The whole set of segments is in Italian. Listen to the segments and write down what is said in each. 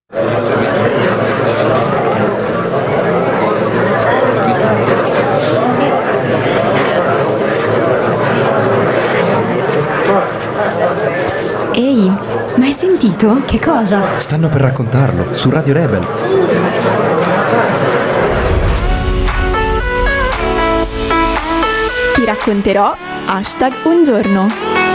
Ehi, ma hai sentito? Che cosa? Stanno per raccontarlo su Radio Rebel. Ti racconterò #un giorno.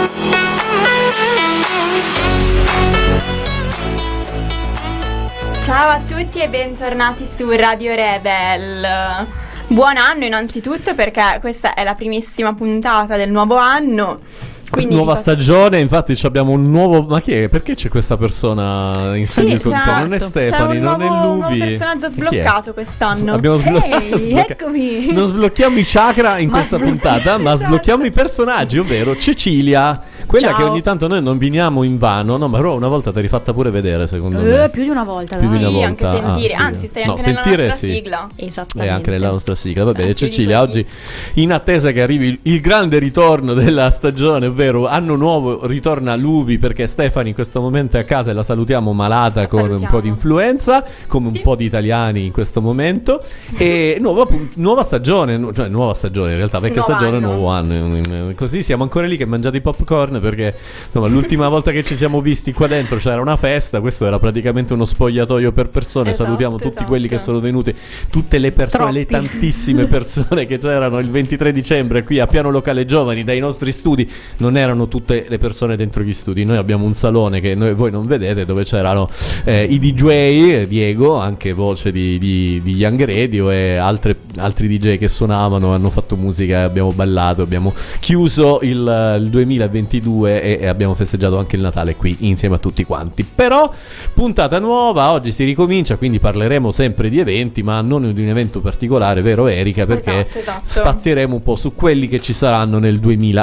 Ciao a tutti e bentornati su Radio Rebel. Buon anno innanzitutto, perché questa è la primissima puntata del nuovo anno. Quindi nuova stagione, infatti abbiamo un nuovo. Ma chi è? Perché c'è questa persona in studio con te? Non è Stefani, non è Luvi. C'è un nuovo personaggio sbloccato quest'anno. Abbiamo Eccomi. Non sblocchiamo i chakra in questa puntata, ma sblocchiamo i personaggi, ovvero Cecilia, quella che ogni tanto noi nominiamo in vano. No, ma però una volta ti eri fatta pure vedere, secondo me. Più di una volta. Più di una volta. Anche sentire, anzi stai anche nella nostra sigla. Esattamente. E anche nella nostra sigla. Va bene, Cecilia, oggi in attesa che arrivi il grande ritorno della stagione, ovvero anno nuovo, ritorna Luvi, perché Stefani in questo momento è a casa e la salutiamo malata con un po' di influenza, come un po' di italiani in questo momento. E nuova stagione, cioè nuova stagione in realtà, vecchia stagione, nuovo anno. Così siamo ancora lì che mangiate i popcorn, perché insomma, l'ultima volta che ci siamo visti qua dentro c'era una festa, questo era praticamente uno spogliatoio per persone. Salutiamo tutti quelli che sono venuti, tutte le persone, le tantissime persone che c'erano il 23 dicembre qui a Piano Locale Giovani dai nostri studi. Non erano tutte le persone dentro gli studi, noi abbiamo un salone che voi non vedete, dove c'erano i DJ, Diego, anche voce di Young Radio, e altri DJ che suonavano, hanno fatto musica, abbiamo ballato, abbiamo chiuso il 2022 e abbiamo festeggiato anche il Natale qui insieme a tutti quanti. Però puntata nuova, oggi si ricomincia, quindi parleremo sempre di eventi, ma non di un evento particolare, vero Erika? Perché esatto. spazieremo un po' su quelli che ci saranno nel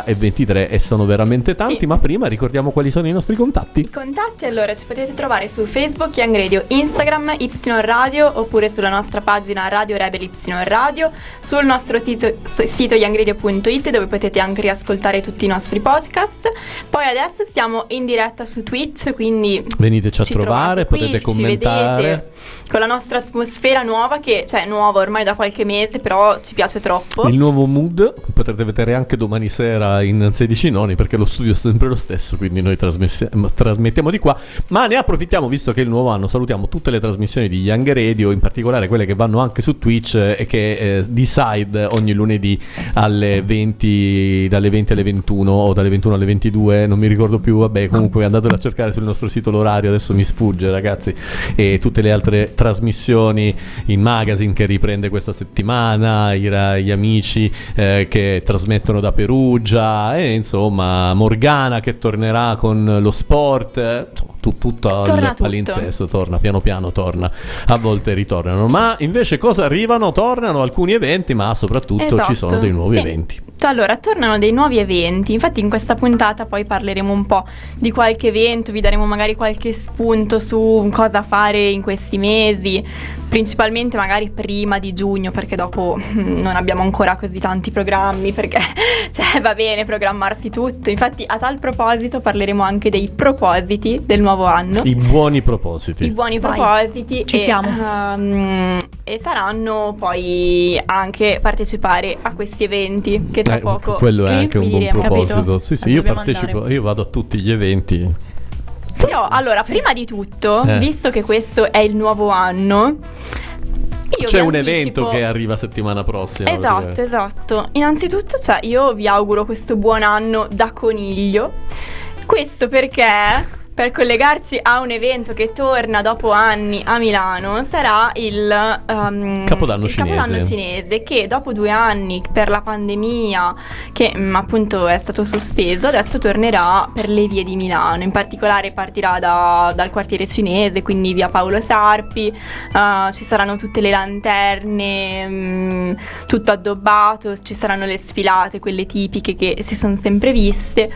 2023 e sono veramente tanti, ma prima ricordiamo quali sono i nostri contatti. I contatti, allora, ci potete trovare su Facebook Young Radio, Instagram Y Radio, oppure sulla nostra pagina Radio Rebel Y Radio, sul nostro sito youngradio.it, dove potete anche riascoltare tutti i nostri podcast. Poi adesso siamo in diretta su Twitch, quindi veniteci a trovare, qui, potete commentare con la nostra atmosfera nuova, che cioè nuova ormai da qualche mese, però ci piace troppo. Il nuovo mood potrete vedere anche domani sera in 16 noni, perché lo studio è sempre lo stesso, quindi noi trasmettiamo di qua, ma ne approfittiamo, visto che è il nuovo anno, salutiamo tutte le trasmissioni di Young Radio, in particolare quelle che vanno anche su Twitch e che Decide ogni lunedì alle 20, dalle 20 alle 21 o dalle 21 alle 22, non mi ricordo più, vabbè, comunque andatelo a cercare sul nostro sito l'orario, adesso mi sfugge ragazzi, e tutte le altre trasmissioni in magazine che riprende questa settimana, gli amici che trasmettono da Perugia, e insomma Morgana che tornerà con lo sport, tutto all'incesto, torna piano piano, torna, a volte ritornano, ma invece cosa arrivano? Tornano alcuni eventi, ma soprattutto ci sono dei nuovi eventi. Allora, tornano dei nuovi eventi, infatti in questa puntata poi parleremo un po' di qualche evento, vi daremo magari qualche spunto su cosa fare in questi mesi, principalmente magari prima di giugno, perché dopo non abbiamo ancora così tanti programmi, perché cioè va bene programmarsi tutto. Infatti a tal proposito parleremo anche dei propositi del nuovo anno. I buoni propositi. I buoni propositi. Ci siamo. E saranno poi anche partecipare a questi eventi che tra poco quello è anche un buon proposito. Sì, io partecipo, andare. Io vado a tutti gli eventi. Però allora, prima di tutto, visto che questo è il nuovo anno, c'è un evento che arriva settimana prossima. Esatto. Innanzitutto, io vi auguro questo buon anno da coniglio. Questo perché, per collegarci a un evento che torna dopo anni a Milano, sarà il Capodanno cinese, che dopo 2 anni per la pandemia, che appunto è stato sospeso, adesso tornerà per le vie di Milano. In particolare partirà dal quartiere cinese, quindi via Paolo Sarpi, ci saranno tutte le lanterne, tutto addobbato, ci saranno le sfilate, quelle tipiche che si sono sempre viste,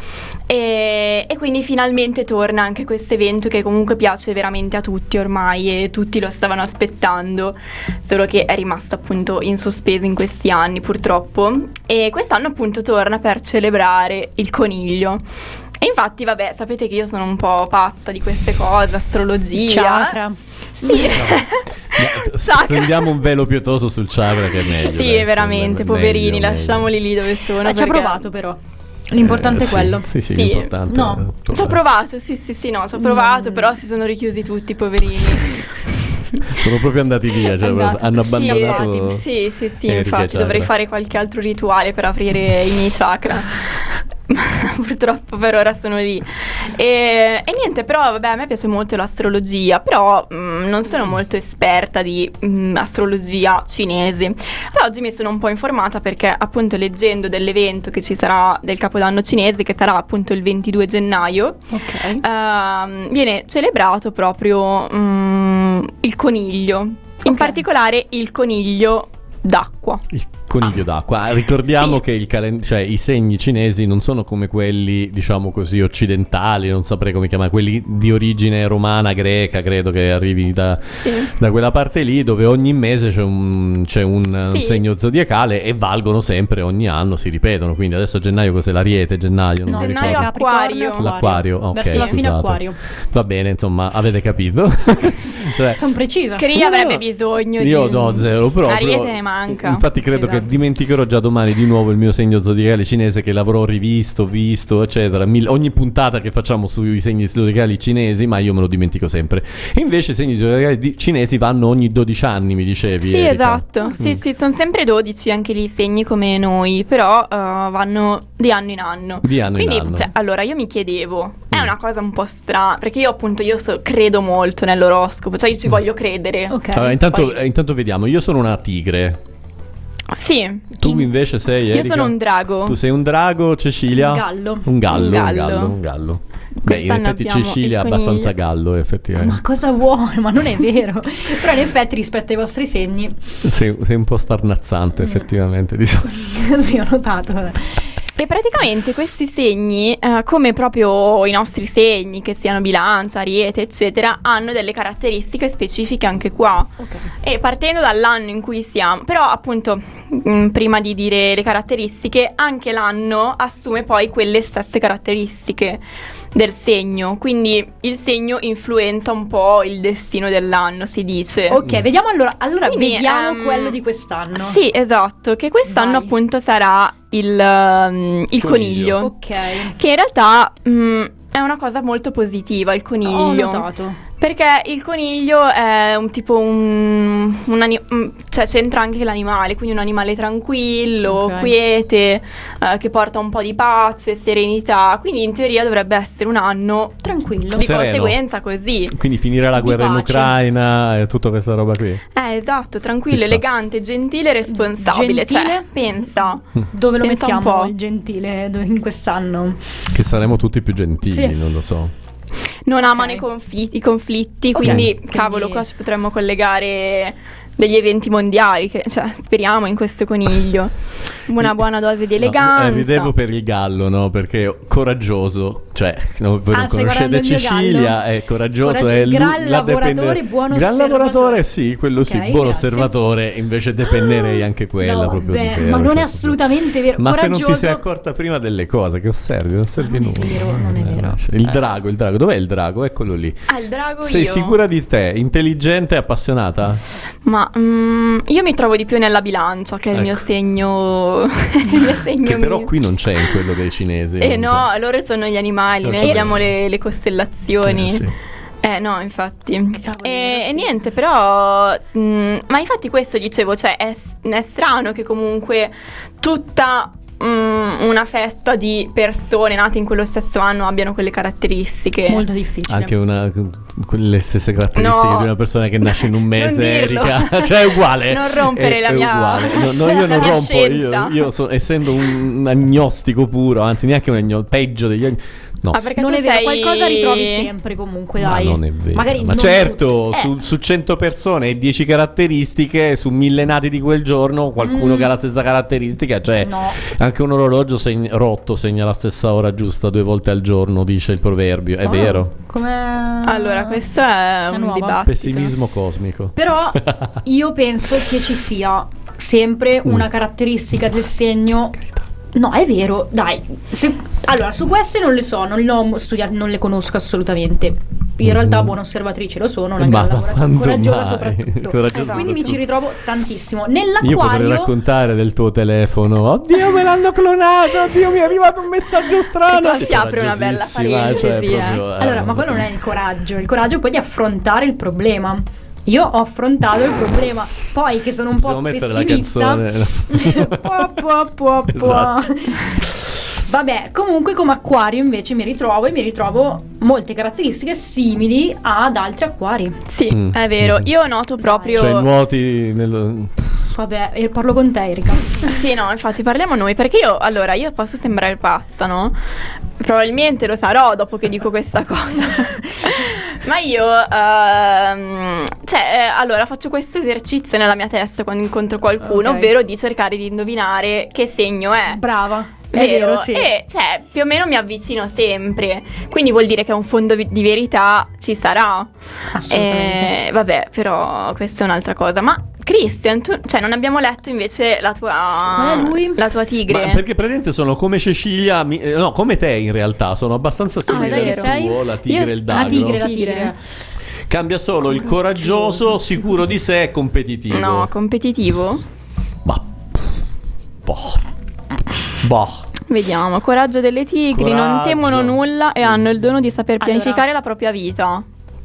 e quindi finalmente torna anche questo evento che comunque piace veramente a tutti ormai, e tutti lo stavano aspettando, solo che è rimasto appunto in sospeso in questi anni purtroppo, e quest'anno appunto torna per celebrare il coniglio. E infatti, vabbè, sapete che io sono un po' pazza di queste cose, astrologia. Chakra. Sì. Chakra. Stendiamo un velo pietoso sul chakra che è meglio. Sì, dai, veramente, meglio, poverini, meglio. lasciamoli lì dove sono. Ci ha perché- provato però. L'importante è quello. Sì, Sì. l'importante No. è Ci ho provato, sì, no, ci ho provato, però si sono richiusi tutti, poverini. Sono proprio andati via, cioè Andati. hanno Sì, abbandonato. sì, Erika infatti Chakra. dovrei fare qualche altro rituale per aprire i miei chakra. Purtroppo per ora sono lì. E niente, però vabbè, a me piace molto l'astrologia, però non sono molto esperta di astrologia cinese. Però oggi mi sono un po' informata perché appunto leggendo dell'evento che ci sarà del Capodanno cinese, che sarà appunto il 22 gennaio, Ok. viene celebrato proprio il coniglio, in Ok. particolare il coniglio d'acqua. Il coniglio d'acqua. Ricordiamo Sì. che cioè, i segni cinesi non sono come quelli, diciamo così, occidentali, non saprei come chiamare, quelli di origine romana, greca, credo che arrivi da quella parte lì, dove ogni mese c'è un Sì. segno zodiacale e valgono sempre, ogni anno si ripetono. Quindi adesso gennaio cos'è? l'Ariete, gennaio? Non mi Gennaio ricordo. Acquario. L'acquario, ok, Verso la fine scusate. acquario. Va bene, insomma, avete capito? Cioè, Sono precisa. Che lì avrebbe bisogno io di... no, zero proprio. Ariete ne manca. Infatti credo Sì, esatto. che dimenticherò già domani di nuovo il mio segno zodiacale cinese, che l'avrò rivisto, visto, eccetera. Ogni puntata che facciamo sui segni zodiacali cinesi, ma io me lo dimentico sempre. E invece i segni zodiacali cinesi vanno ogni 12 anni, mi dicevi. Sì, Erika. esatto. Sì, sono sempre 12 anche lì i segni come noi, però vanno di anno in anno. Di anno in Quindi, anno. cioè, allora io mi chiedevo, è una cosa un po' strana, perché io appunto credo molto nell'oroscopo, cioè io ci voglio credere. Ok. Allora, intanto, Poi- intanto vediamo, io sono una tigre. Sì, Tu invece sei io Erika? sono un drago. Tu sei un drago, Cecilia? Un gallo. Un gallo, Un gallo. un gallo. Beh, in Quest'anno effetti abbiamo Cecilia è il abbastanza coniglio. gallo, effettivamente. Ma cosa vuoi? Ma non è vero. Però in effetti rispetto ai vostri segni, Sei un po' starnazzante, effettivamente, di solito. sì, ho notato. E praticamente questi segni, come proprio i nostri segni, che siano bilancia, ariete, eccetera, hanno delle caratteristiche specifiche anche qua. Ok. E partendo dall'anno in cui siamo, però appunto, prima di dire le caratteristiche, anche l'anno assume poi quelle stesse caratteristiche del segno. Quindi il segno influenza un po' il destino dell'anno, si dice. Ok, vediamo allora. Allora Quindi, vediamo quello di quest'anno. Sì, esatto, che quest'anno Vai. appunto sarà il coniglio. Ok. Che in realtà è una cosa molto positiva, il Ho coniglio. notato. Perché il coniglio è cioè c'entra anche l'animale, quindi un animale tranquillo, Ok. quiete, che porta un po' di pace, serenità. Quindi in teoria dovrebbe essere un anno Tranquillo. di Sereno. conseguenza così. Quindi finire la Di guerra in pace. Ucraina e tutta questa roba qui. Esatto, tranquillo, Chissà. elegante, gentile, responsabile. Gentile? Cioè, pensa. Dove lo Pensa un mettiamo po'. il gentile in quest'anno? Che saremo tutti più gentili, Sì. non lo so. Non amano Ok. i conflitti, Ok. quindi Quindi- cavolo, qua ci potremmo collegare degli eventi mondiali, che cioè, speriamo in questo coniglio. Una buona dose di eleganza. No, ridevo per il gallo, no? Perché è coraggioso, cioè, no, voi non stai guardando conoscete il mio Cecilia, gallo? è coraggioso, Coraggio- è gran la lavoratore, buon gran osservatore. lavoratore, sì, quello sì, Ok, buon grazie. osservatore, invece depennerei anche quella No, proprio vabbè, di zero, ma non è cioè, assolutamente vero. Ma se non ti Coraggioso- sei accorta prima delle cose, che osservi? Non osservi Non è nulla. vero, non è vero. Il drago, dov'è il drago? Eccolo lì. Al drago Sei io. sicura di te? Intelligente e appassionata? Ma io mi trovo di più nella bilancia, che è il Ecco. mio segno. Il mio segno Che però mio. qui non c'è in quello dei cinesi. No, loro sono gli animali, noi Certo. abbiamo le costellazioni. Sì. No, infatti. cavolo, E sì. niente, però. Ma infatti questo dicevo, cioè è strano che comunque tutta una fetta di persone nate in quello stesso anno abbiano quelle caratteristiche. Molto difficile. Anche le stesse caratteristiche No. di una persona che nasce in un mese, Non dirlo. Erika. Cioè è uguale. Non rompere la È mia- uguale. No, io la non mia rompo. scienza. Essendo un agnostico puro, anzi neanche peggio degli no. Ah, perché Non tu è vero, sei... qualcosa ritrovi sempre comunque, Ma dai. non è vero. Magari Ma non certo, tutte. su 100 persone e 10 caratteristiche, su 1000 nati di quel giorno, qualcuno che ha la stessa caratteristica, cioè No. anche un orologio rotto segna la stessa ora giusta 2 volte al giorno, dice il proverbio. È Ah, vero. Come... Allora, questo è un nuova. dibattito. Pessimismo cosmico. Però io penso che ci sia sempre una caratteristica del segno. No, è vero, dai. Allora, su queste non le so, non le ho studiate, non le conosco assolutamente. In realtà buona osservatrice lo sono, una grande lavoratrice, coraggiosa soprattutto. Coraggiosa Quindi mi ci tutto. ritrovo tantissimo. Io potrei Nell'acquario raccontare del tuo telefono. Oddio, me l'hanno clonato. Oddio, mi è arrivato un messaggio strano. E qua si apre una bella parentesi, allora, ma quello non è il coraggio poi di affrontare il problema. Io ho affrontato il problema, poi che sono un po' mettere pessimista. la canzone. Esatto. Vabbè, comunque come acquario invece mi ritrovo molte caratteristiche simili ad altri acquari. Sì, è vero. Io noto proprio... Cioè nuoti nel... Vabbè, parlo con te, Erika. Sì, no, infatti parliamo noi, perché io posso sembrare pazza, no? Probabilmente lo sarò dopo che dico questa cosa. Ma io, allora faccio questo esercizio nella mia testa quando incontro qualcuno, Ok. ovvero di cercare di indovinare che segno è. Brava. È vero, sì. E cioè più o meno mi avvicino sempre, quindi vuol dire che un fondo di verità ci sarà. Assolutamente. Vabbè, però questa è un'altra cosa. Ma Christian, tu, cioè non abbiamo letto invece la tua Qual è lui? la tua tigre. Ma perché praticamente sono come Cecilia, no, come te in realtà, sono abbastanza simili sai che al sei? tuo, la tigre e il La dago. tigre. Cambia solo il coraggioso, sicuro di sé e competitivo. No, competitivo? Boh. Vediamo, coraggio delle tigri, non Coraggio. temono nulla e hanno il dono di saper Allora. pianificare la propria vita.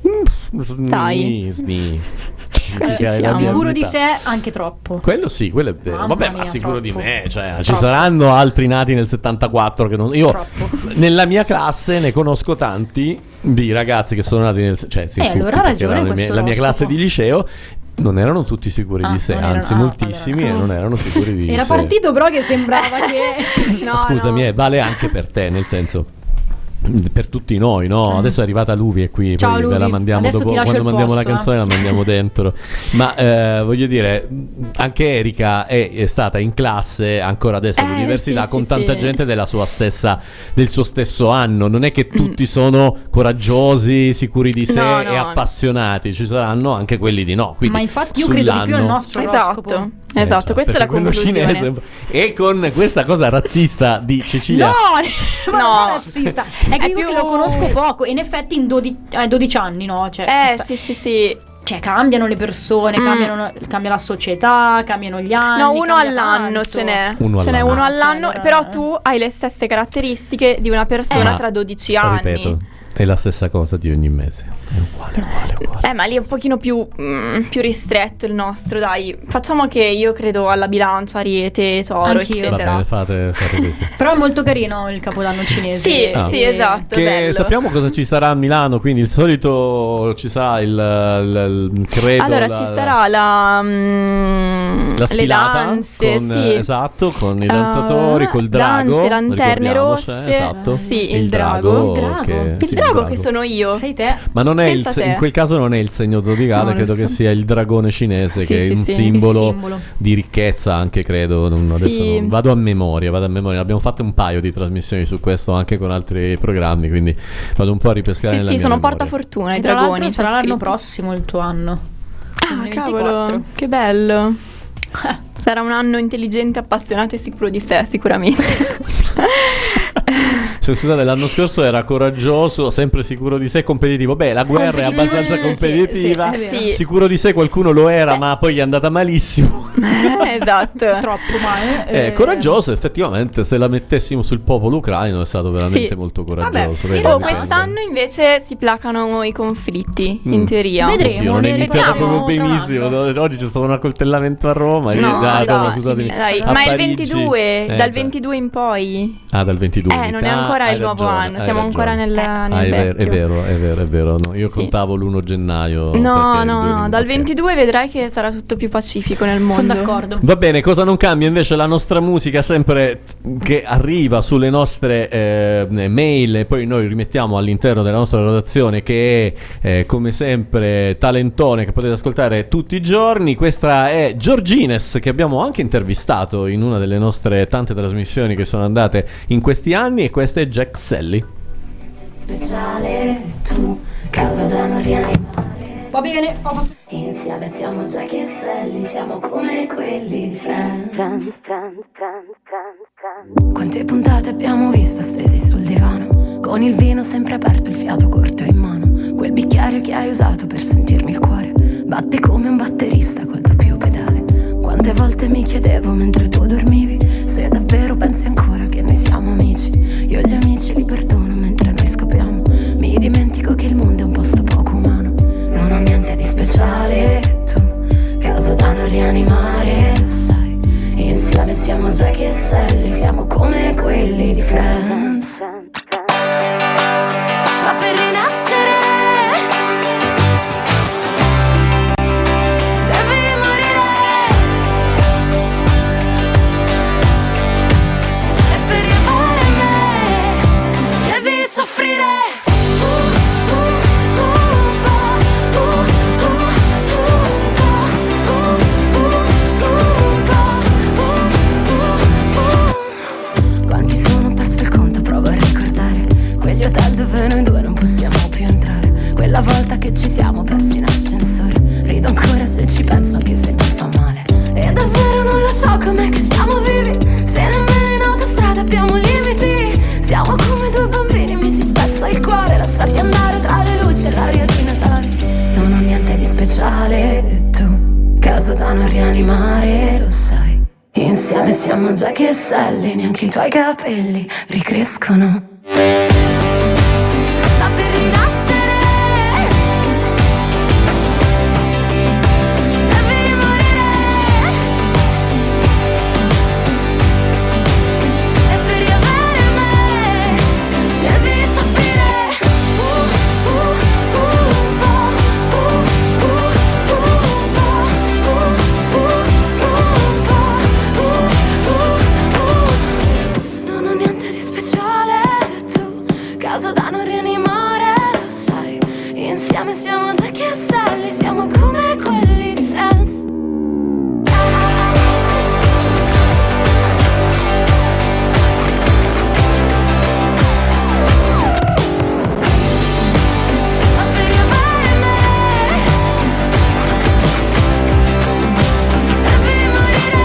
Dai. Sni. Ci siamo. La mia Sicuro di vita. sé anche troppo. Quello sì, quello è vero. Mamma Vabbè, mia, ma sicuro di troppo. me, cioè, ci Troppo. saranno altri nati nel 74 che non... Io Troppo. nella mia classe ne conosco tanti di ragazzi che sono nati nel... Cioè, sì, tutti, allora ha perché ragione erano questo la mia classe oroscopo. di liceo. Non erano tutti sicuri Ah, di sé, non erano- anzi ah, moltissimi, allora. e non erano sicuri di Era sé. partito però che sembrava che... No, Scusami, no. vale anche per te, nel senso... Per tutti noi, no? Adesso è arrivata Luvi e qui Ciao, poi ve la Luvi. mandiamo Adesso dopo. ti lascio Quando il mandiamo la posto, canzone la mandiamo dentro. Ma voglio dire, anche Erika è stata in classe ancora adesso all'università sì, con sì, tanta sì. gente del suo stesso anno. Non è che tutti sono coraggiosi, sicuri di sé No, e no. appassionati. Ci saranno anche quelli di no. Quindi Ma infatti io credo di più al sull'anno- nostro oroscopo. Esatto, questa è la perché quello conclusione. cinese. E con questa cosa razzista di Cecilia. No, ma non No. è razzista. È che È io più- che lo conosco poco. E in effetti in 12 anni, no? Cioè, Sì. cioè cambiano le persone, cambia la società, cambiano gli anni. No, uno cambia all'anno tanto. ce n'è. Uno Ce n'è all'anno. uno Ah, all'anno, allora- però tu hai le stesse caratteristiche di una persona Ma, tra 12 anni. Ripeto, è la stessa cosa di ogni mese. È uguale. Ma lì è un pochino più ristretto il nostro, dai. Facciamo che io credo alla bilancia, Ariete, Toro, Anch'io. Va eccetera. bene, fate così. Però è molto carino il capodanno cinese. Sì, Ah. sì, esatto, Che bello. sappiamo cosa ci sarà a Milano, quindi il solito ci sarà credo Allora, ci sarà la le sfilata danze, con, sì. esatto, con i danzatori, col drago, danze, lanterne ricordiamoci, rosse. esatto. Sì, E il drago. Il drago. che- Il sì, drago che sono io. Sei te. Ma non è Pensa te. in quel caso non è il segno zodiacale, No, credo lo che so. sia il dragone cinese, Sì, che è sì, un sì. simbolo, Il simbolo. di ricchezza anche, credo. Adesso Sì. vado a memoria. Abbiamo fatto un paio di trasmissioni su questo anche con altri programmi, quindi vado un po' a ripescare Sì, nella sì, mia sono memoria. portafortuna i E tra dragoni. l'altro c'è sarà l'anno scritto. prossimo il tuo anno. Ah, 2024. cavolo, che bello. Sarà un anno intelligente, appassionato e sicuro di sé, sicuramente. Cioè, scusate, l'anno scorso era coraggioso, sempre sicuro di sé, competitivo. Beh, la guerra è abbastanza Sì, competitiva. sì, è vero. Sì. Sicuro di sé qualcuno lo era, ma poi gli è andata malissimo. Esatto. Troppo male. Coraggioso, effettivamente, se la mettessimo sul popolo ucraino è stato veramente Sì. molto coraggioso. Vabbè, vedi, Oh, dipende. quest'anno invece si placano i conflitti, in teoria. Vedremo. Oddio, non è ne iniziata riparliamo proprio tra un benissimo. anno. Oggi c'è stato un accoltellamento a Roma. No, a Roma, dai, scusatemi. dai, A ma è il Parigi. 22, dal dai. 22 in poi. Ah, dal 22. Non è ancora il nuovo anno, siamo ancora nel È vecchio. vero. No, io Sì. contavo l'1 gennaio. No, perché il 2 no, di- dal ok. 22 vedrai che sarà tutto più pacifico nel mondo. Sono d'accordo. Va bene, cosa non cambia invece la nostra musica sempre che arriva sulle nostre mail e poi noi rimettiamo all'interno della nostra rotazione, che è come sempre Talentone, che potete ascoltare tutti i giorni. Questa è Giorgines, che abbiamo anche intervistato in una delle nostre tante trasmissioni che sono andate in questi anni, e questa è Jack Selly. Speciale tu, casa da non rianimare. Va bene. Insieme siamo Jackie e Sally, siamo come quelli di Friends. Quante puntate abbiamo visto stesi sul divano, con il vino sempre aperto, il fiato corto in mano. Quel bicchiere che hai usato per sentirmi il cuore batte come un batterista col doppio pedale. Quante volte mi chiedevo mentre tu dormivi se davvero pensi ancora che noi siamo amici. Io gli amici li perdono mentre noi scopriamo. Mi dimentico che il mondo è un posto poco umano. Non ho niente di speciale, tu, caso da non rianimare, lo sai. Insieme siamo Jackie e Sally, siamo come quelli di Friends. Ma per rinascere dove noi due non possiamo più entrare. Quella volta che ci siamo persi in ascensore. Rido ancora se ci penso anche se mi fa male. E davvero non lo so com'è che siamo vivi, se nemmeno in autostrada abbiamo limiti. Siamo come due bambini, mi si spezza il cuore lasciarti andare tra le luci e l'aria di Natale. Non ho niente di speciale, e tu, caso da non rianimare, lo sai. Insieme siamo Jackie e Sally, neanche i tuoi capelli ricrescono. Insieme siamo Jackie e Sally, siamo come quelli di Friends. Ma per riavere me devi morire.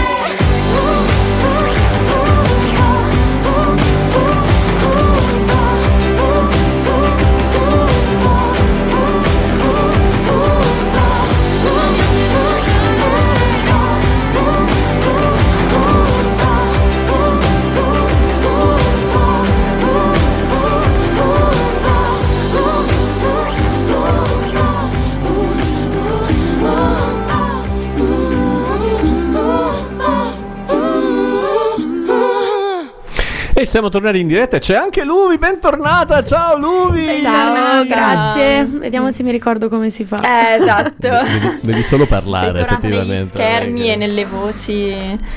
E siamo tornati in diretta e c'è anche Luvi, bentornata, ciao Luvi! Ciao, grazie. Vediamo se mi ricordo come si fa. Esatto. Devi solo parlare, sei effettivamente. Negli schermi e nelle voci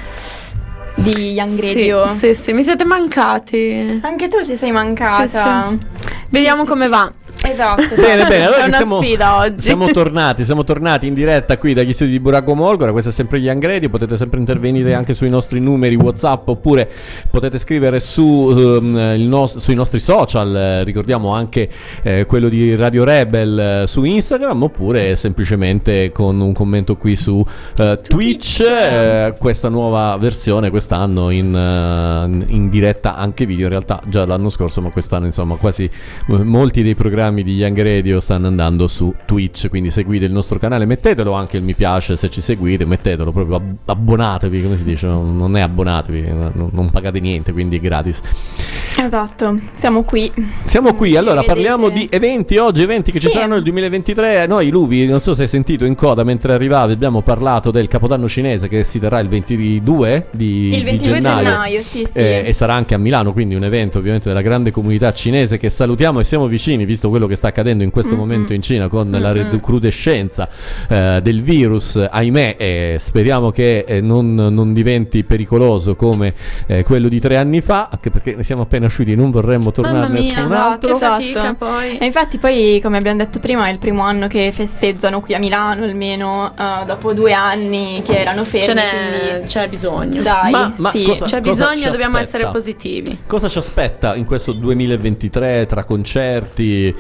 di Young Radio. Sì, mi siete mancati. Anche tu ci sei mancata. Sì. Vediamo come va. Esatto. Bene, allora è una sfida oggi. Siamo tornati in diretta qui dagli studi di Burago Molgora. Questo è sempre Young Radio. Potete sempre intervenire anche sui nostri numeri WhatsApp, oppure potete scrivere sui nostri social. Ricordiamo anche quello di Radio Rebel su Instagram, oppure semplicemente con un commento qui su Twitch. Questa nuova versione quest'anno in diretta anche video. In realtà già l'anno scorso, ma quest'anno insomma quasi molti dei programmi di Young Radio stanno andando su Twitch, quindi seguite il nostro canale, mettetelo anche il mi piace se ci seguite, mettetelo proprio, abbonatevi, come si dice, non è abbonatevi, non pagate niente, quindi è gratis. Esatto, siamo qui. Allora parliamo di eventi oggi, eventi che ci saranno nel 2023. Noi, Luvi, non so se hai sentito in coda mentre arrivavi, abbiamo parlato del Capodanno cinese che si terrà il 22 di gennaio, sì. E sarà anche a Milano, quindi un evento ovviamente della grande comunità cinese che salutiamo e siamo vicini, visto quello che sta accadendo in questo momento in Cina con la recrudescenza del virus, ahimè, e speriamo che non diventi pericoloso come quello di 3 anni fa, anche perché ne siamo appena usciti, non vorremmo tornarne su un altro. Che fatica, poi. E infatti poi, come abbiamo detto prima, è il primo anno che festeggiano qui a Milano, almeno dopo 2 anni che erano fermi. C'è bisogno. Dai, ma sì. C'è bisogno, dobbiamo essere positivi. Cosa ci aspetta in questo 2023 tra concerti?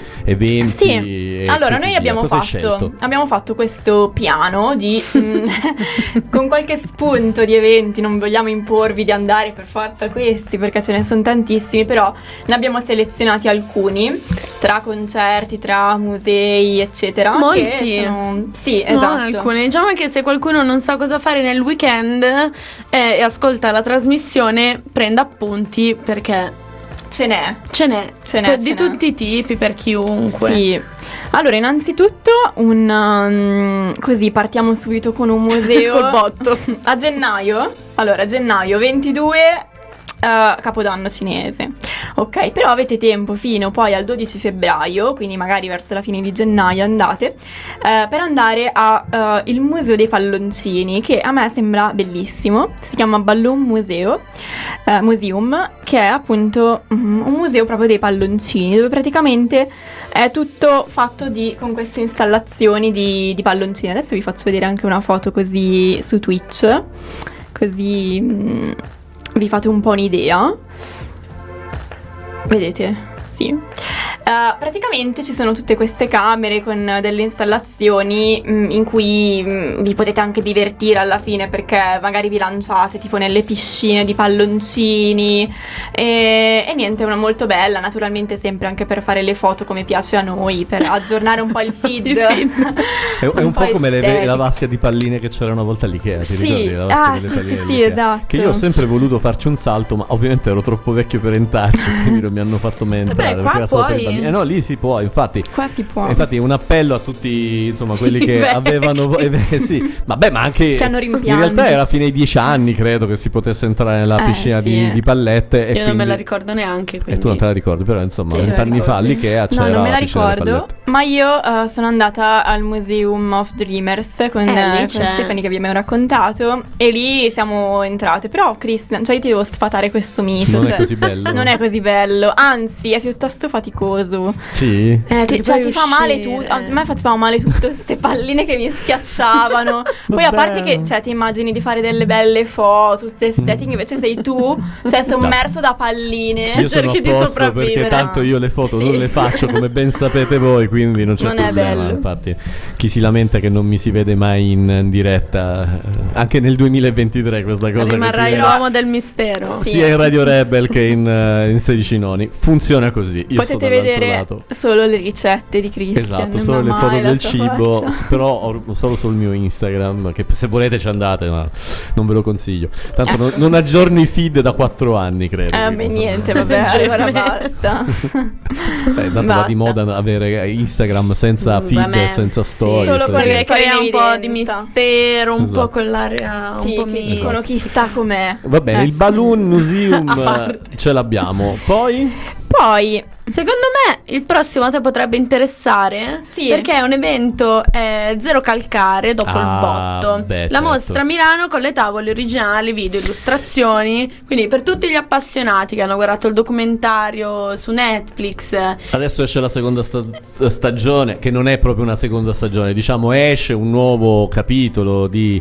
eventi. Sì, allora noi abbiamo fatto questo piano di con qualche spunto di eventi, non vogliamo imporvi di andare per forza questi perché ce ne sono tantissimi, però ne abbiamo selezionati alcuni tra concerti, tra musei, eccetera. Molti. Sì, esatto. Alcuni. Diciamo che se qualcuno non sa cosa fare nel weekend e ascolta la trasmissione, prenda appunti perché ce n'è di tutti i tipi, per chiunque. Sì. Allora, innanzitutto così partiamo subito con un museo col botto. A gennaio 22 Capodanno cinese. Ok, però avete tempo fino poi al 12 febbraio, quindi magari verso la fine di gennaio andate, per andare a il Museo dei Palloncini, che a me sembra bellissimo. Si chiama Balloon Museum, che è appunto un museo proprio dei palloncini, dove praticamente è tutto fatto con queste installazioni di palloncini. Adesso vi faccio vedere anche una foto così su Twitch, così vi fate un po' un'idea. Vedete? Sì. Praticamente ci sono tutte queste camere con delle installazioni in cui vi potete anche divertire alla fine, perché magari vi lanciate tipo nelle piscine di palloncini e niente, è una molto bella, naturalmente sempre anche per fare le foto come piace a noi, per aggiornare un po' il feed. È un po' come la vasca di palline che c'era una volta all'Ikea, ti ricordi? La vasca delle palline sì, esatto. Che io ho sempre voluto farci un salto, ma ovviamente ero troppo vecchio per entrarci, quindi non mi hanno fatto mai entrare. Qua era solo per i bambini. No, lì si può, infatti. Qua si può. Infatti un appello a tutti, insomma, quelli che avevano sì, vabbè, ma anche c'hanno rimpianti. In realtà era fine ai 10 anni, credo, che si potesse entrare nella piscina di pallette. Io quindi non me la ricordo neanche, quindi. E tu non te la ricordi, però insomma, 20 anni fa all'Ikea c'era. No, non me la piscina ricordo, ma io sono andata al Museum of Dreamers con Stefani, che vi abbiamo raccontato, e lì siamo entrate. Però Christian, cioè io ti devo sfatare questo mito. Non è così bello. Non è così bello, anzi è piuttosto faticoso. Sì. Ti fa male tutto. A me facevano male tutte queste palline che mi schiacciavano. Poi a parte che ti immagini di fare delle belle foto, tutte estetiche, invece sei tu, sommerso da palline. Io cerchi di sopravvivere, perché tanto io le foto non le faccio, come ben sapete voi, quindi non c'è problema. È bello. Infatti chi si lamenta che non mi si vede mai in diretta, anche nel 2023 questa cosa rimarrai l'uomo del mistero. Sia in Radio Rebel che in 16 noni funziona così. Io potete vedere solo le ricette di Christian. Esatto, solo le foto del cibo, però solo sul mio Instagram, che se volete ci andate, ma non ve lo consiglio. Tanto non aggiorno i feed da 4 anni, credo. Niente, vabbè, allora basta. Tanto va di moda avere Instagram senza feed e senza stories. Solo perché crea un po' di mistero, un po' con l'area un po' che dicono chissà com'è. Va bene, il Balloon Museum ce l'abbiamo. Poi secondo me il prossimo te potrebbe interessare, perché è un evento zero calcare dopo il botto. La mostra a Milano con le tavole originali, video, illustrazioni, quindi per tutti gli appassionati che hanno guardato il documentario su Netflix. Adesso esce la seconda stagione, che non è proprio una seconda stagione, diciamo esce un nuovo capitolo di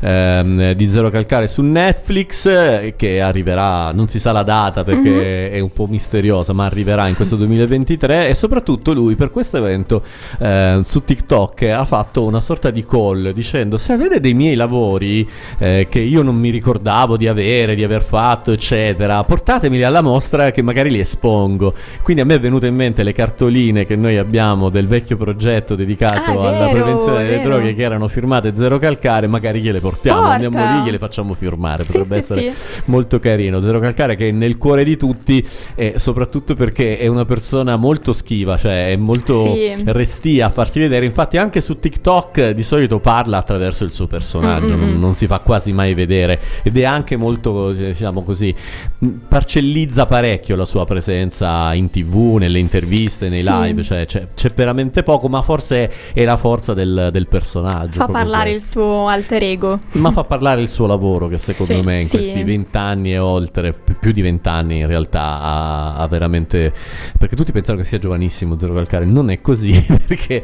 Zero Calcare su Netflix, che arriverà, non si sa la data perché è un po' misteriosa, ma arriverà in questo 2023. E soprattutto lui per questo evento su TikTok ha fatto una sorta di call dicendo: se avete dei miei lavori che io non mi ricordavo di aver fatto, eccetera, portatemeli alla mostra che magari li espongo. Quindi a me è venuto in mente le cartoline che noi abbiamo del vecchio progetto dedicato alla prevenzione delle droghe, che erano firmate Zero Calcare. Magari gliele portiamo, andiamo lì, gliele facciamo firmare, potrebbe essere molto carino. Zero Calcare che è nel cuore di tutti, e soprattutto perché è una persona molto schiva, cioè è molto restia a farsi vedere. Infatti anche su TikTok di solito parla attraverso il suo personaggio, non si fa quasi mai vedere, ed è anche molto, diciamo così, parcellizza parecchio la sua presenza in TV, nelle interviste, nei live, cioè c'è veramente poco, ma forse è la forza del personaggio. Fa parlare il suo alter ego, ma fa parlare il suo lavoro, che secondo me in questi 20 anni e oltre, più di 20 anni in realtà, ha veramente, perché tutti pensano che sia giovanissimo Zero Calcare, non è così, perché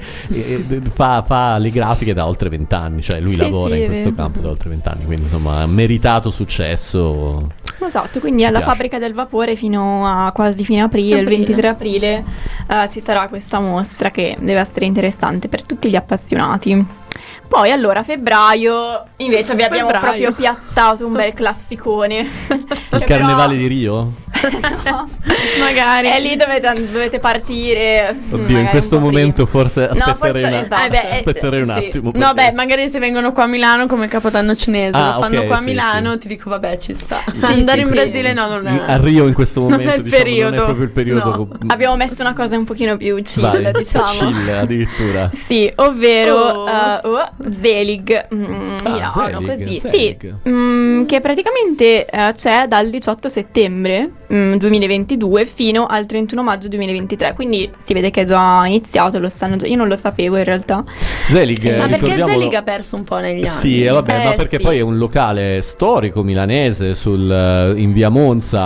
fa le grafiche da oltre 20 anni, cioè lui lavora in questo campo da oltre 20 anni, quindi insomma ha meritato successo. Esatto, quindi alla fabbrica del vapore fino a quasi fine aprile, il 23 aprile ci sarà questa mostra che deve essere interessante per tutti gli appassionati. Poi allora febbraio invece vi abbiamo proprio piazzato un bel classicone. Il carnevale di Rio? No, magari è lì dovete partire. Oddio, in questo momento forse aspetterei un sì. attimo. No, beh, magari se vengono qua a Milano come Capodanno cinese, lo fanno qua a Milano, ti dico vabbè, ci sta. Andare in Brasile no, non è. A Rio in questo momento non è il periodo. Non è proprio il periodo. No. Abbiamo messo una cosa un pochino più chill, diciamo. Chill addirittura. Sì, ovvero Zelig, Milano, Zelig, così. Zelig. Sì, che praticamente c'è dal 18 settembre 2022 fino al 31 maggio 2023, quindi si vede che è già iniziato, lo stanno già, io non lo sapevo in realtà. Zelig, ma perché Zelig ha perso un po' negli anni? Sì, vabbè, ma perché poi è un locale storico milanese in via Monza,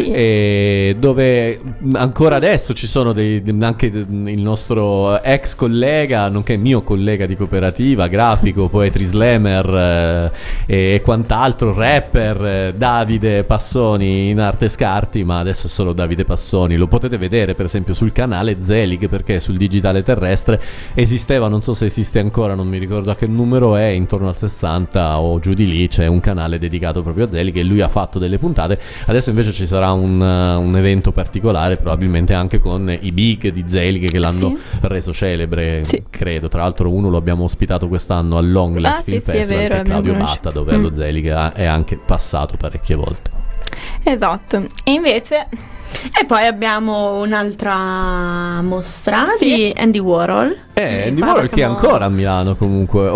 dove ancora adesso ci sono anche il nostro ex collega, nonché mio collega di cooperativa, grafico, poetry slammer e quant'altro, rapper, Davide Passoni in arte scarti, ma adesso è solo Davide Passoni. Lo potete vedere per esempio sul canale Zelig, perché sul digitale terrestre esisteva, non so se esiste ancora, non mi ricordo a che numero è, intorno al 60 o giù di lì c'è un canale dedicato proprio a Zelig e lui ha fatto delle puntate. Adesso invece ci sarà un evento particolare, probabilmente anche con i big di Zelig che l'hanno reso celebre, credo. Tra l'altro uno lo abbiamo ospitato quest'anno al Longlass Film Festival, è vero, che è Claudio Batta, dove allo Zelig è anche passato parecchie volte. Esatto. E invece e poi abbiamo un'altra mostra di Andy Warhol. Andy Warhol che è ancora a Milano comunque.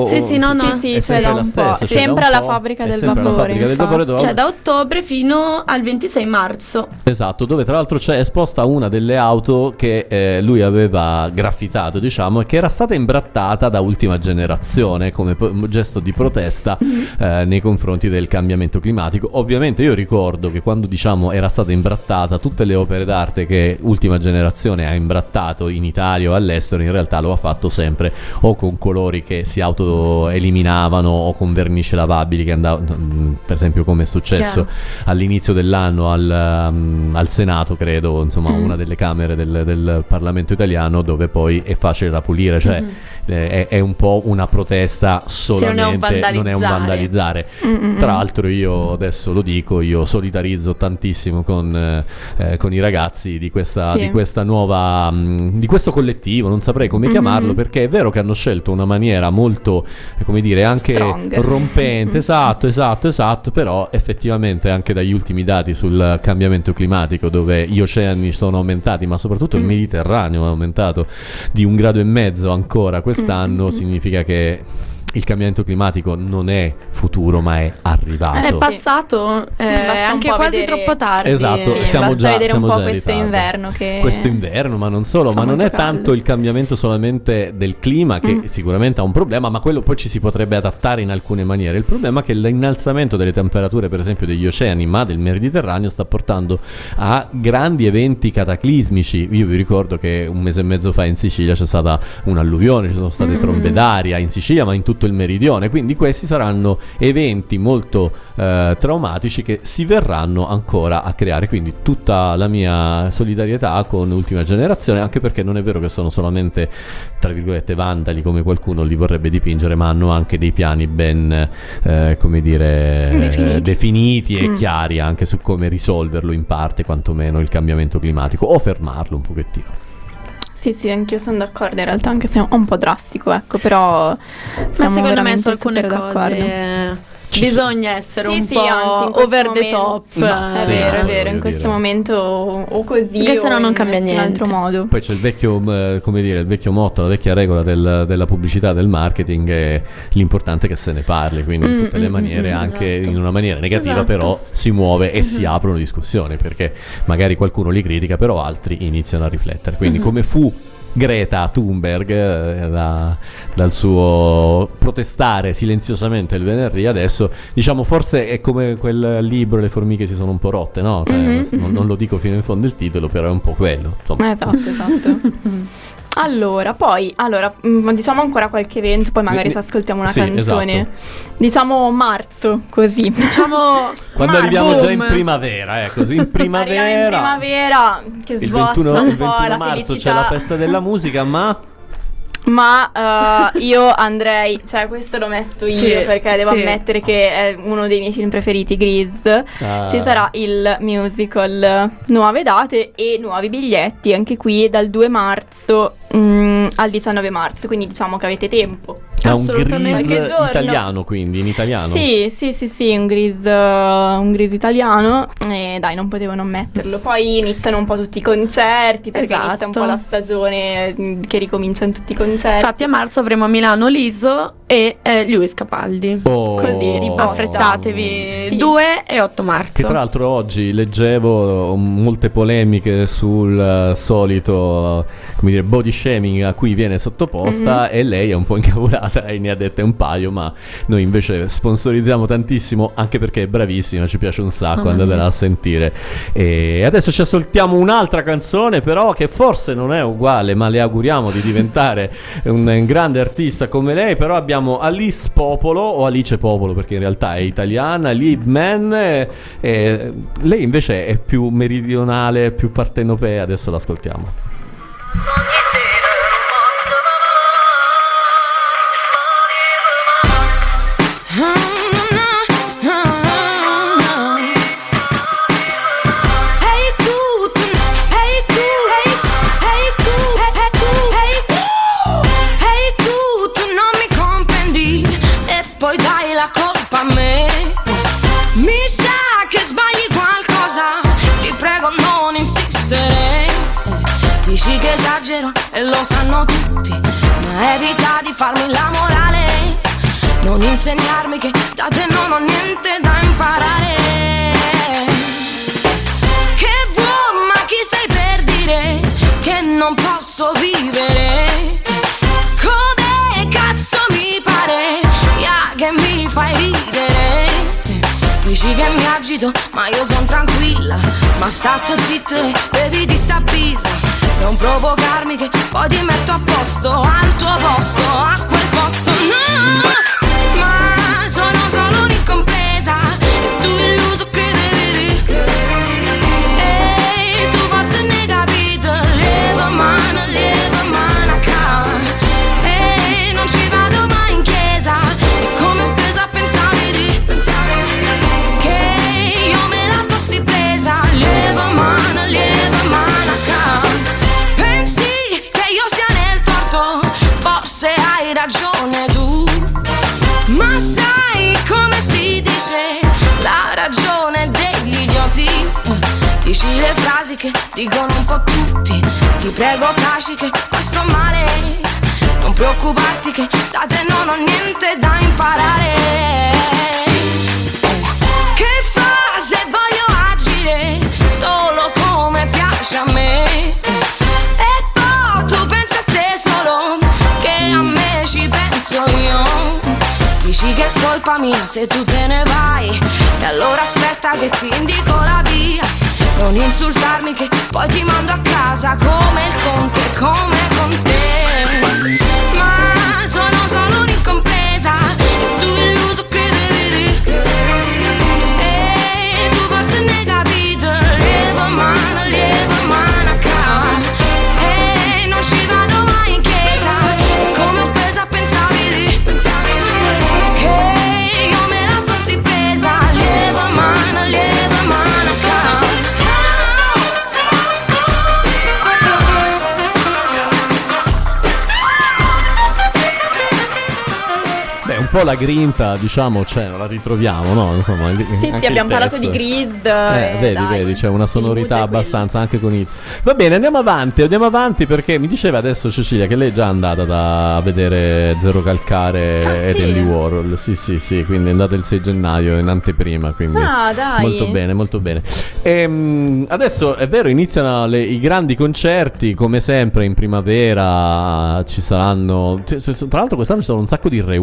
Sì, c'è da un po'. Sempre alla fabbrica del vapore. C'è da ottobre fino al 26 marzo. Esatto, dove tra l'altro c'è esposta una delle auto che lui aveva graffitato, diciamo, e che era stata imbrattata da Ultima Generazione come gesto di protesta nei confronti del cambiamento climatico. Ovviamente io ricordo che quando, diciamo, era stata imbrattata, tutte le opere d'arte che Ultima Generazione ha imbrattato in Italia o all'estero, in realtà lo ha fatto sempre o con colori che si autoeliminavano o con vernice lavabili che andavano, per esempio come è successo all'inizio dell'anno al Senato, credo, insomma una delle camere del Parlamento italiano, dove poi è facile da pulire, cioè è un po' una protesta solamente, non è un vandalizzare. Tra l'altro io adesso lo dico, io solidarizzo tantissimo con i ragazzi di questa nuova di questo collettivo, non saprei come chiamarlo, perché è vero che hanno scelto una maniera molto, come dire, anche rompente, esatto, però effettivamente anche dagli ultimi dati sul cambiamento climatico, dove gli oceani sono aumentati, ma soprattutto il Mediterraneo è aumentato di 1,5 gradi ancora quest'anno, significa che il cambiamento climatico non è futuro, ma è arrivato. È passato, anche quasi troppo tardi. Esatto, siamo già vedere un po' in questo inverno che questo inverno, ma non solo, ma non è tanto il cambiamento solamente del clima, che sicuramente ha un problema, ma quello poi ci si potrebbe adattare in alcune maniere. Il problema è che l'innalzamento delle temperature, per esempio degli oceani, ma del Mediterraneo, sta portando a grandi eventi cataclismici. Io vi ricordo che un mese e mezzo fa in Sicilia c'è stata un'alluvione, ci sono state trombe d'aria in Sicilia, ma in tutto il meridione, quindi questi saranno eventi molto traumatici che si verranno ancora a creare. Quindi tutta la mia solidarietà con Ultima Generazione, anche perché non è vero che sono solamente, tra virgolette, vandali come qualcuno li vorrebbe dipingere, ma hanno anche dei piani ben come dire definiti e chiari anche su come risolverlo in parte, quantomeno, il cambiamento climatico, o fermarlo un pochettino. Sì, anch'io sono d'accordo, in realtà, anche se è un po' drastico, ecco, però ma secondo me su alcune cose bisogna essere un po' over the top. È vero, in questo momento o così, che se no non cambia niente. In altro modo. Poi c'è il vecchio, come dire, il vecchio motto, la vecchia regola della pubblicità, del marketing, è l'importante è che se ne parli, quindi in tutte le maniere, anche in una maniera negativa, però si muove e si aprono discussioni, perché magari qualcuno li critica, però altri iniziano a riflettere. Quindi come fu Greta Thunberg dal suo protestare silenziosamente il venerdì, adesso, diciamo, forse è come quel libro Le formiche si sono un po' rotte, no? Cioè, non lo dico fino in fondo il titolo, però è un po' quello, insomma. Esatto. Allora, diciamo ancora qualche evento, poi magari ci ascoltiamo una canzone. Esatto. Diciamo marzo, così. Diciamo quando arriviamo già in primavera, così in primavera. In primavera che sboccia un po' la marzo felicità. c'è la festa della musica, Ma io andrei, cioè questo l'ho messo io perché devo ammettere che è uno dei miei film preferiti, Grease. Ci sarà il musical, nuove date e nuovi biglietti anche qui dal 2 marzo al 19 marzo, quindi diciamo che avete tempo. È un Grease italiano, quindi in italiano. Sì, un Grease italiano, e dai, non potevo non metterlo. Poi iniziano un po' tutti i concerti, perché inizia un po' la stagione che ricominciano tutti i concerti. Infatti a marzo avremo a Milano l'Iso e Lewis Capaldi. Così, affrettatevi. 2 e 8 marzo. Che tra l'altro oggi leggevo molte polemiche sul solito, come dire, body shaming a cui viene sottoposta, e lei è un po' incavolata e ne ha dette un paio, ma noi invece sponsorizziamo tantissimo, anche perché è bravissima, ci piace un sacco, andatela a sentire. E adesso ci ascoltiamo un'altra canzone, però che forse non è uguale, ma le auguriamo di diventare un grande artista come lei. Però abbiamo Alice Popolo, o Alice Popolo perché in realtà è italiana, Lead Man, lei invece è più meridionale, più partenopea. Adesso l'ascoltiamo. Poi dai la colpa a me. Mi sa che sbagli qualcosa, ti prego non insistere. Dici che esagero e lo sanno tutti, ma evita di farmi la morale. Non insegnarmi che da te non ho niente da imparare. Che vuoi, ma chi sei per dire che non posso vivere? Come cazzo mi pare che mi fai ridere? Dici che mi agito, ma io son tranquilla. Ma state zitte, bevi di sta birra. Non provocarmi che poi ti metto a posto, al tuo posto, a quel posto. No, ma sono solo un'incompresa e tu illuso credevi. Ehi, tu forse ne hai capito. Leva mano a cava. Ehi, non ci vado mai in chiesa. Ragione tu, ma sai come si dice la ragione degli idioti? Dici le frasi che dicono un po' tutti. Ti prego taci che questo male. Non preoccuparti che da te non ho niente da imparare. Che fa se voglio agire solo come piace a me? E poi tu pensi a te solo, che a me ci penso io. Dici che è colpa mia se tu te ne vai, e allora aspetta che ti indico la via. Non insultarmi che poi ti mando a casa come il conte, come con te. Ma sono solo un'incompresa e tu illuso credevi. E tu forse ne hai capito. Leva mano a cava. E non ci vado mai in chiesa. E come offesa pensavi di che io me la fossi presa. Leva mano a cava. Un po' la grinta, diciamo, cioè, la ritroviamo, no? Insomma, sì, abbiamo parlato di Grease. Vedi, c'è una sonorità abbastanza anche con i... Va bene, andiamo avanti perché mi diceva adesso Cecilia che lei è già andata a vedere Zero Calcare ed Andy Warhol. Sì, quindi è andata il 6 gennaio in anteprima, quindi dai. Molto bene. Adesso è vero, iniziano i grandi concerti, come sempre in primavera ci saranno... Tra l'altro quest'anno ci sono un sacco di reunion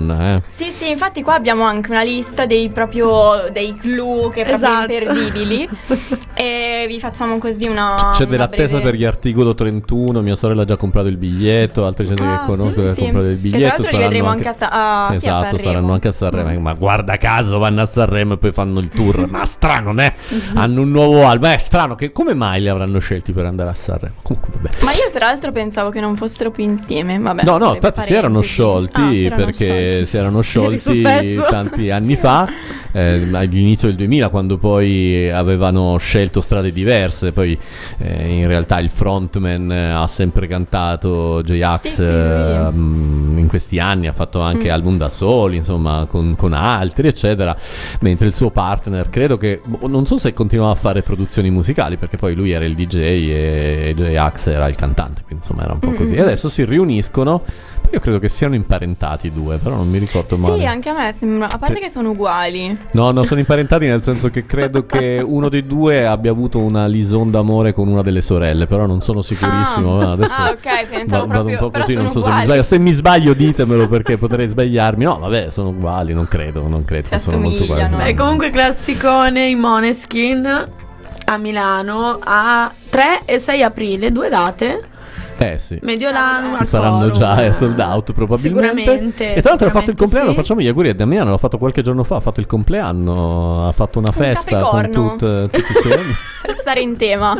Madonna, Sì, infatti qua abbiamo anche una lista dei clou che proprio imperdibili. E vi facciamo così una... C'è dell'attesa per gli articolo 31. Mia sorella ha già comprato il biglietto. Altre gente che conosco che ha comprato il biglietto. Li vedremo anche a esatto, saranno anche a Sanremo. Ma guarda caso vanno a Sanremo e poi fanno il tour. Ma strano, né? Hanno un nuovo album. È strano che come mai li avranno scelti per andare a Sanremo? Comunque vabbè. Ma io tra l'altro pensavo che non fossero più insieme. Vabbè, no, infatti si erano sciolti perché si erano sciolti tanti anni fa, all'inizio del 2000, quando poi avevano scelto strade diverse. Poi in realtà il frontman ha sempre cantato J-Ax in questi anni, ha fatto anche album da soli, insomma, con altri eccetera, mentre il suo partner credo che non so se continuava a fare produzioni musicali, perché poi lui era il DJ e J-Ax era il cantante, quindi insomma era un po' così. E adesso si riuniscono. Io credo che siano imparentati i due, però non mi ricordo male. Sì, anche a me sembra, a parte che sono uguali. No, sono imparentati nel senso che credo che uno dei due abbia avuto una liaison d'amore con una delle sorelle, però non sono sicurissimo. Adesso ok, pensavo vado proprio, un po' così, non so uguali. se mi sbaglio. Se mi sbaglio ditemelo, perché potrei sbagliarmi. No, vabbè, sono uguali, non credo, sono molto uguali. Beh, comunque classicone, i Måneskin a Milano a 3 e 6 aprile, 2 date. Sì. Mediolano al saranno già sold out probabilmente. Sicuramente. E tra l'altro ha fatto il compleanno, sì. Facciamo gli auguri a Damiano, l'ha fatto qualche giorno fa, ha fatto il compleanno, ha fatto una festa con tutti i suoi per stare in tema.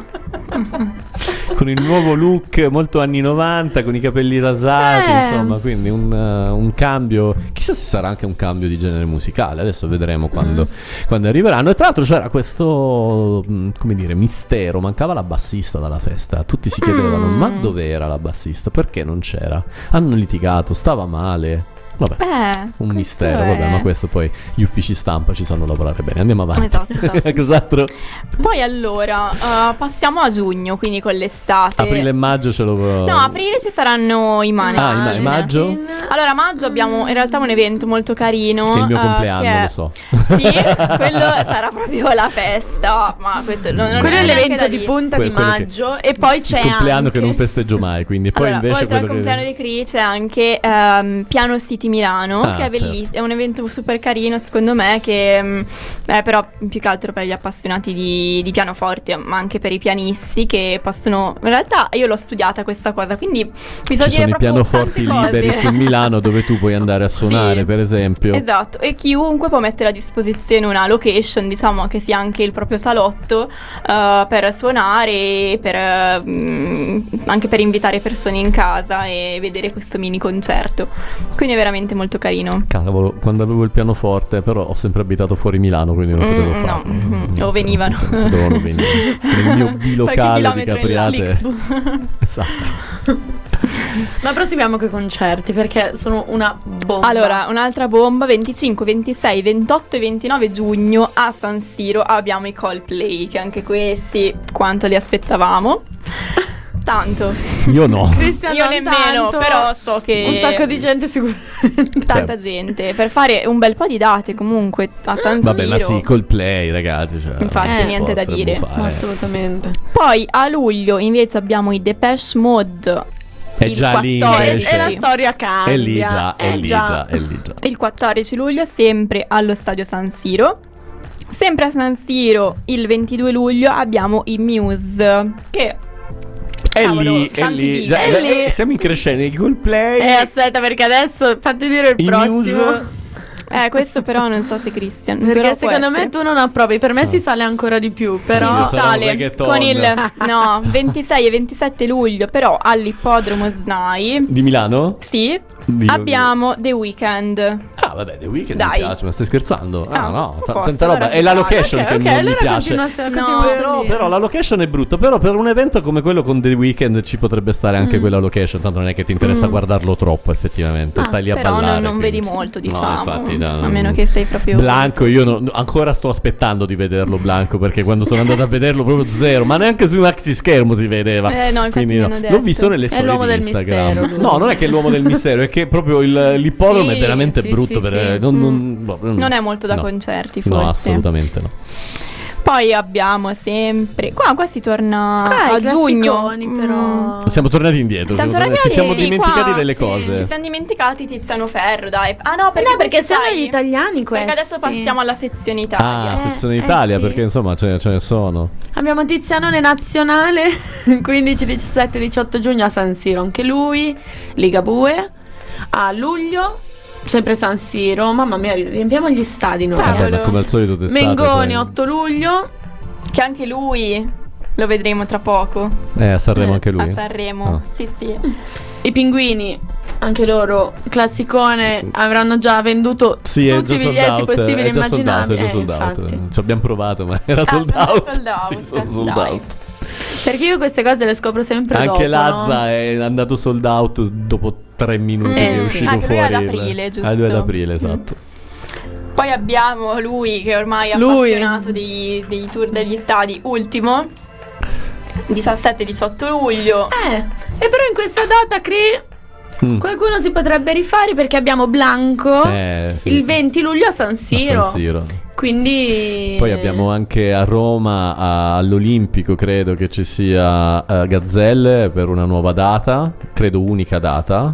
con il nuovo look molto anni 90, con i capelli rasati, insomma, quindi un cambio, chissà se sarà anche un cambio di genere musicale, adesso vedremo quando arriveranno. E tra l'altro c'era questo, come dire, mistero, mancava la bassista dalla festa, tutti si chiedevano ma dov'era la bassista, perché non c'era, hanno litigato, stava male. Vabbè, un mistero, vabbè, ma questo poi gli uffici stampa ci sanno lavorare bene. Andiamo avanti. Esatto. Cos'altro? Poi allora passiamo a giugno, quindi con l'estate. Aprile e maggio ce lo... No, aprile ci saranno i Måneskin. I maggio? Allora, maggio abbiamo in realtà un evento molto carino. Che è il mio compleanno, lo so. Sì, quello sarà proprio la festa. Ma questo non quello è l'evento da di dire. punta di maggio. E poi c'è il compleanno anche... che non festeggio mai, quindi poi allora, invece oltre al compleanno di Cri c'è anche Piano City Milano, che è bellissimo, certo. È un evento super carino secondo me, che però più che altro per gli appassionati di pianoforte, ma anche per i pianisti che possono, in realtà io l'ho studiata questa cosa, quindi bisogna ci sono i pianoforti liberi su Milano dove tu puoi andare a suonare, per esempio. Esatto, e chiunque può mettere a disposizione una location, diciamo che sia anche il proprio salotto, per suonare, anche per invitare persone in casa e vedere questo mini concerto, quindi è veramente molto carino. Cavolo, quando avevo il pianoforte, però ho sempre abitato fuori Milano, quindi non potevo farlo. O venivano. Dovevano venire nel mio bilocale di Capriate. Esatto. Ma proseguiamo con i concerti, perché sono una bomba. Allora, un'altra bomba: 25, 26, 28 e 29 giugno a San Siro abbiamo i Coldplay, che anche questi quanto li aspettavamo. Tanto. Io no. Cristian io nemmeno, tanto, però so che un sacco di gente sicuramente. Tanta gente per fare un bel po' di date comunque a San Siro. Vabbè, ma sì, Coldplay, ragazzi, cioè, infatti niente da dire. Assolutamente. Poi a luglio invece abbiamo i Depeche Mode. È già 14. Lì e la storia cambia. È lì già. Il 14 luglio sempre allo stadio San Siro. Sempre a San Siro il 22 luglio abbiamo i Muse, che è lì. Siamo in crescendo i Coldplay. Aspetta, perché adesso fatti dire il prossimo. Muse. Questo però non so se Christian, perché secondo me tu non approvi. Per me si sale ancora di più. Però si sale con il 26 e 27 luglio, però all'Ippodromo SNAI di Milano? Sì. Abbiamo The Weeknd. Ah, vabbè, The Weeknd mi piace, ma stai scherzando? No, tanta roba. È la location che non mi piace. Però la location è brutta. Però per un evento come quello con The Weeknd ci potrebbe stare anche quella location. Tanto non è che ti interessa guardarlo troppo, effettivamente. Stai lì a ballare. Però non vedi molto, diciamo. No, infatti, a meno che sei proprio Blanco. Io ancora sto aspettando di vederlo Blanco, perché quando sono andato a vederlo proprio zero, ma neanche su maxi schermo si vedeva. No, infatti quindi l'ho visto nelle storie di Instagram. Mistero, no, non è che è l'uomo del mistero, è che proprio l'ippodromo è veramente brutto. Non è molto da concerti, forse. No, assolutamente no. Poi abbiamo sempre qua si torna a giugno, però. Siamo tornati indietro. Ci siamo dimenticati delle cose. Ci siamo dimenticati Tiziano Ferro, dai. Ah no, perché sono gli italiani questi. Perché adesso passiamo alla sezione Italia. Sezione Italia, sì. perché insomma ce ne sono. Abbiamo Tizianone nazionale 15, 17, 18 giugno a San Siro, anche lui. Ligabue a luglio. Sempre San Siro, mamma mia, riempiamo gli stadi noi. Ma come al solito d'estate. Mengoni 8 luglio. Che anche lui lo vedremo tra poco. A Sanremo anche lui. A Sanremo, sì. I Pinguini, anche loro, classicone, avranno già venduto tutti i biglietti possibili e immaginabili. È già sold out. Ci abbiamo provato, ma era sold out. Sì, sono sold out. Perché io queste cose le scopro sempre anche dopo. Anche Lazza è andato sold out dopo 3 minuti che è uscito fuori. Ad aprile, giusto? Al 2 aprile, esatto. Poi abbiamo lui che ormai è appassionato dei tour degli stadi, ultimo 17-18 luglio. E però in questa data qualcuno si potrebbe rifare, perché abbiamo Blanco il 20 luglio a San Siro. Quindi poi abbiamo anche a Roma all'Olimpico, credo che ci sia Gazzelle per una nuova data, credo unica data.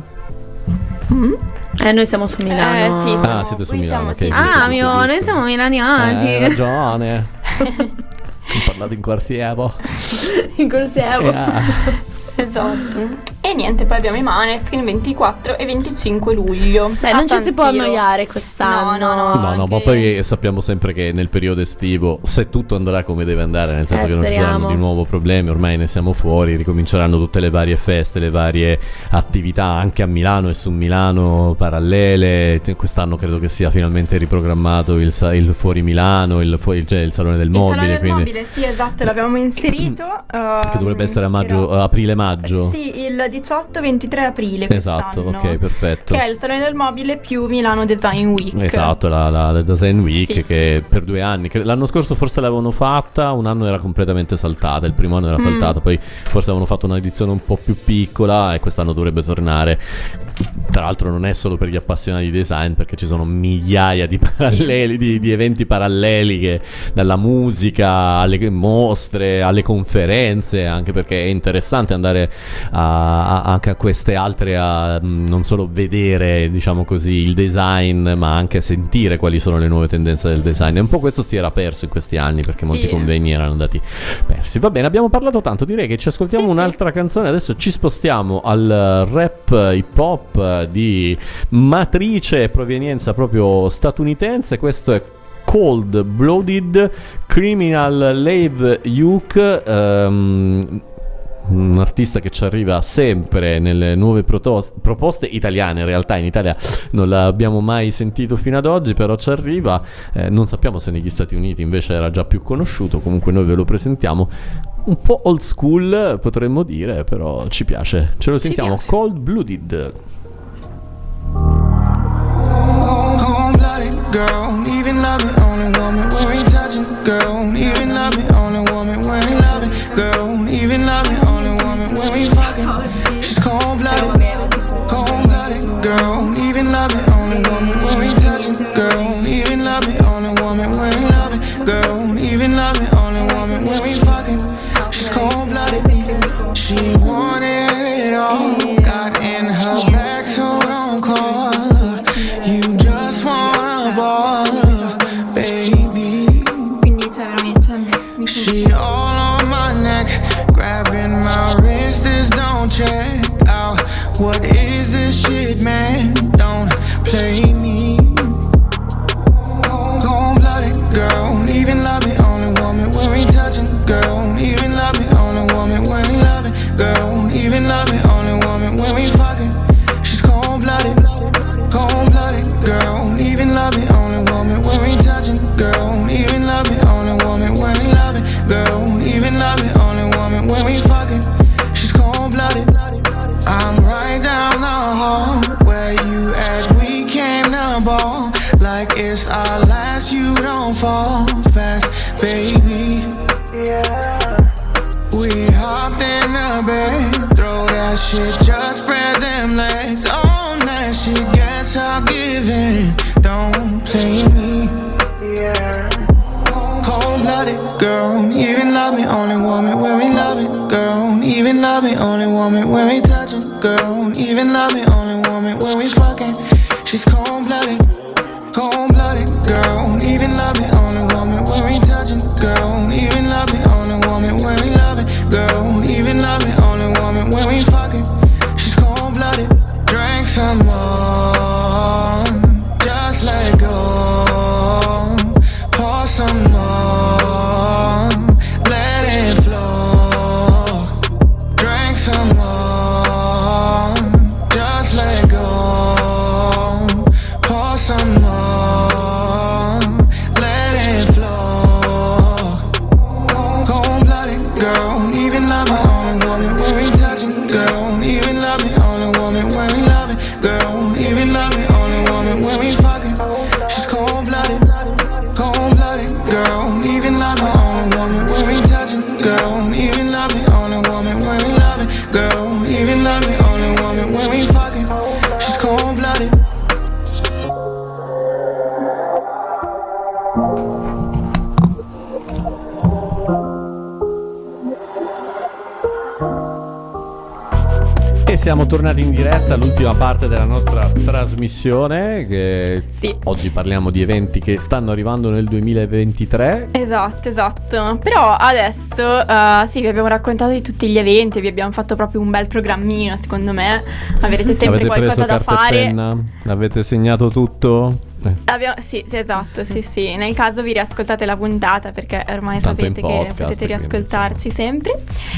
Noi siamo su Milano. Sì, siete su Milano. Okay, noi siamo milaniati. Hai ragione. Ho parlato in corsivo. Esatto. E niente, poi abbiamo i Maneskin 24 e 25 luglio. Non ci si può annoiare quest'anno. No, ma poi sappiamo sempre che nel periodo estivo, se tutto andrà come deve andare, nel senso che non ci saranno di nuovo problemi, ormai ne siamo fuori, ricominceranno tutte le varie feste, le varie attività anche a Milano e su Milano parallele. Quest'anno credo che sia finalmente riprogrammato il Fuori Milano, il Salone del Mobile. Mobile, sì, esatto, l'abbiamo inserito. Che dovrebbe essere a aprile-maggio. Sì, il 18-23 aprile. Esatto, ok, perfetto. Che è il Salone del Mobile più Milano Design Week. Esatto, la Design Week che per 2 anni, l'anno scorso forse l'avevano fatta, un anno era completamente saltata, il primo anno era saltata, poi forse avevano fatto un'edizione un po' più piccola e quest'anno dovrebbe tornare. Tra l'altro non è solo per gli appassionati di design, perché ci sono migliaia di paralleli, di eventi paralleli, che dalla musica alle mostre, alle conferenze, anche perché è interessante andare anche a queste altre, a non solo vedere, diciamo così, il design, ma anche sentire quali sono le nuove tendenze del design. E un po' questo si era perso in questi anni, perché molti convegni erano andati persi. Va bene, abbiamo parlato tanto, direi che ci ascoltiamo un'altra canzone. Adesso ci spostiamo al rap hip hop di matrice e provenienza proprio statunitense. Questo è Cold Blooded Criminal Lave Yuke, un artista che ci arriva sempre nelle nuove proposte italiane. In realtà in Italia non l'abbiamo mai sentito fino ad oggi, però ci arriva. Non sappiamo se negli Stati Uniti invece era già più conosciuto. Comunque noi ve lo presentiamo, un po' old school potremmo dire, però ci piace. Ce lo sentiamo. Cold Blooded. Cold-blooded girl, even love me, only woman when we touching. Girl, even love me, only woman when we loving. Girl, even love me, only woman when we fucking. She's cold-blooded, cold-blooded girl, even love me, only woman when we touching. Girl, even love me, only woman when we loving. Girl, even love me, only woman when we fucking. She's cold-blooded, she wanted it all, got in her bag, so don't call her. You just wanna ball, baby. Quindi c'è veramente she all on my neck, grabbing my wrist, this don't check out. What is this shit, man? Don't play me. Cold-blooded girl, even love me, only woman when we touching. Girl, even love me, only woman when we loving. Girl, even love me, only woman when we fucking. She's cold-blooded, cold-blooded girl, even love me, only woman when we touching. Girl, even love me, only woman when we loving. Girl, even love me, only woman when we fucking. She's cold-blooded. I'm right down the hall where you at, we came to ball. Like it's our last, you don't fall fast, baby. We hopped in the bed, throw that shit, just spread them legs. On that shit, guess I'll give in, don't play me. Cold-blooded girl. Don't even love me, only want me when we love it, girl. Don't even love me, only want me when we touch it, girl. Don't even love me, only want me when we fucking. She's cold-blooded, cold-blooded, girl. Don't even love me, only want me when we touch it, girl. Don't even love me, only want me when we love it, girl. Don't even love me, only want me when we fucking. She's cold-blooded, drink some more, just let go. Pour some more, let it flow. Drink some more, just let go. Pour some more, let it flow. Cold-blooded, girl, don't even love me, only want me when we touch it, girl. Don't even love me, only want me when we love it, girl. Don't even love me, only want me when we fucking. She's cold-blooded, cold-blooded, girl. Don't even love me, only want me when we touch it, girl. Don't even love me, only want me when we love it, girl. Don't even love me, only want me when we fucking. She's cold-blooded. E siamo tornati in diretta all'ultima parte della nostra trasmissione, che Sì. oggi parliamo di eventi che stanno arrivando nel 2023. Esatto. Però adesso sì, vi abbiamo raccontato di tutti gli eventi, vi abbiamo fatto proprio un bel programmino, secondo me. Avrete sempre Avete qualcosa preso da carta fare. e penna? Avete segnato tutto? Sì, esatto, sì. Nel caso vi riascoltate la puntata, perché ormai Tanto sapete in che podcast, potete quindi, riascoltarci sempre.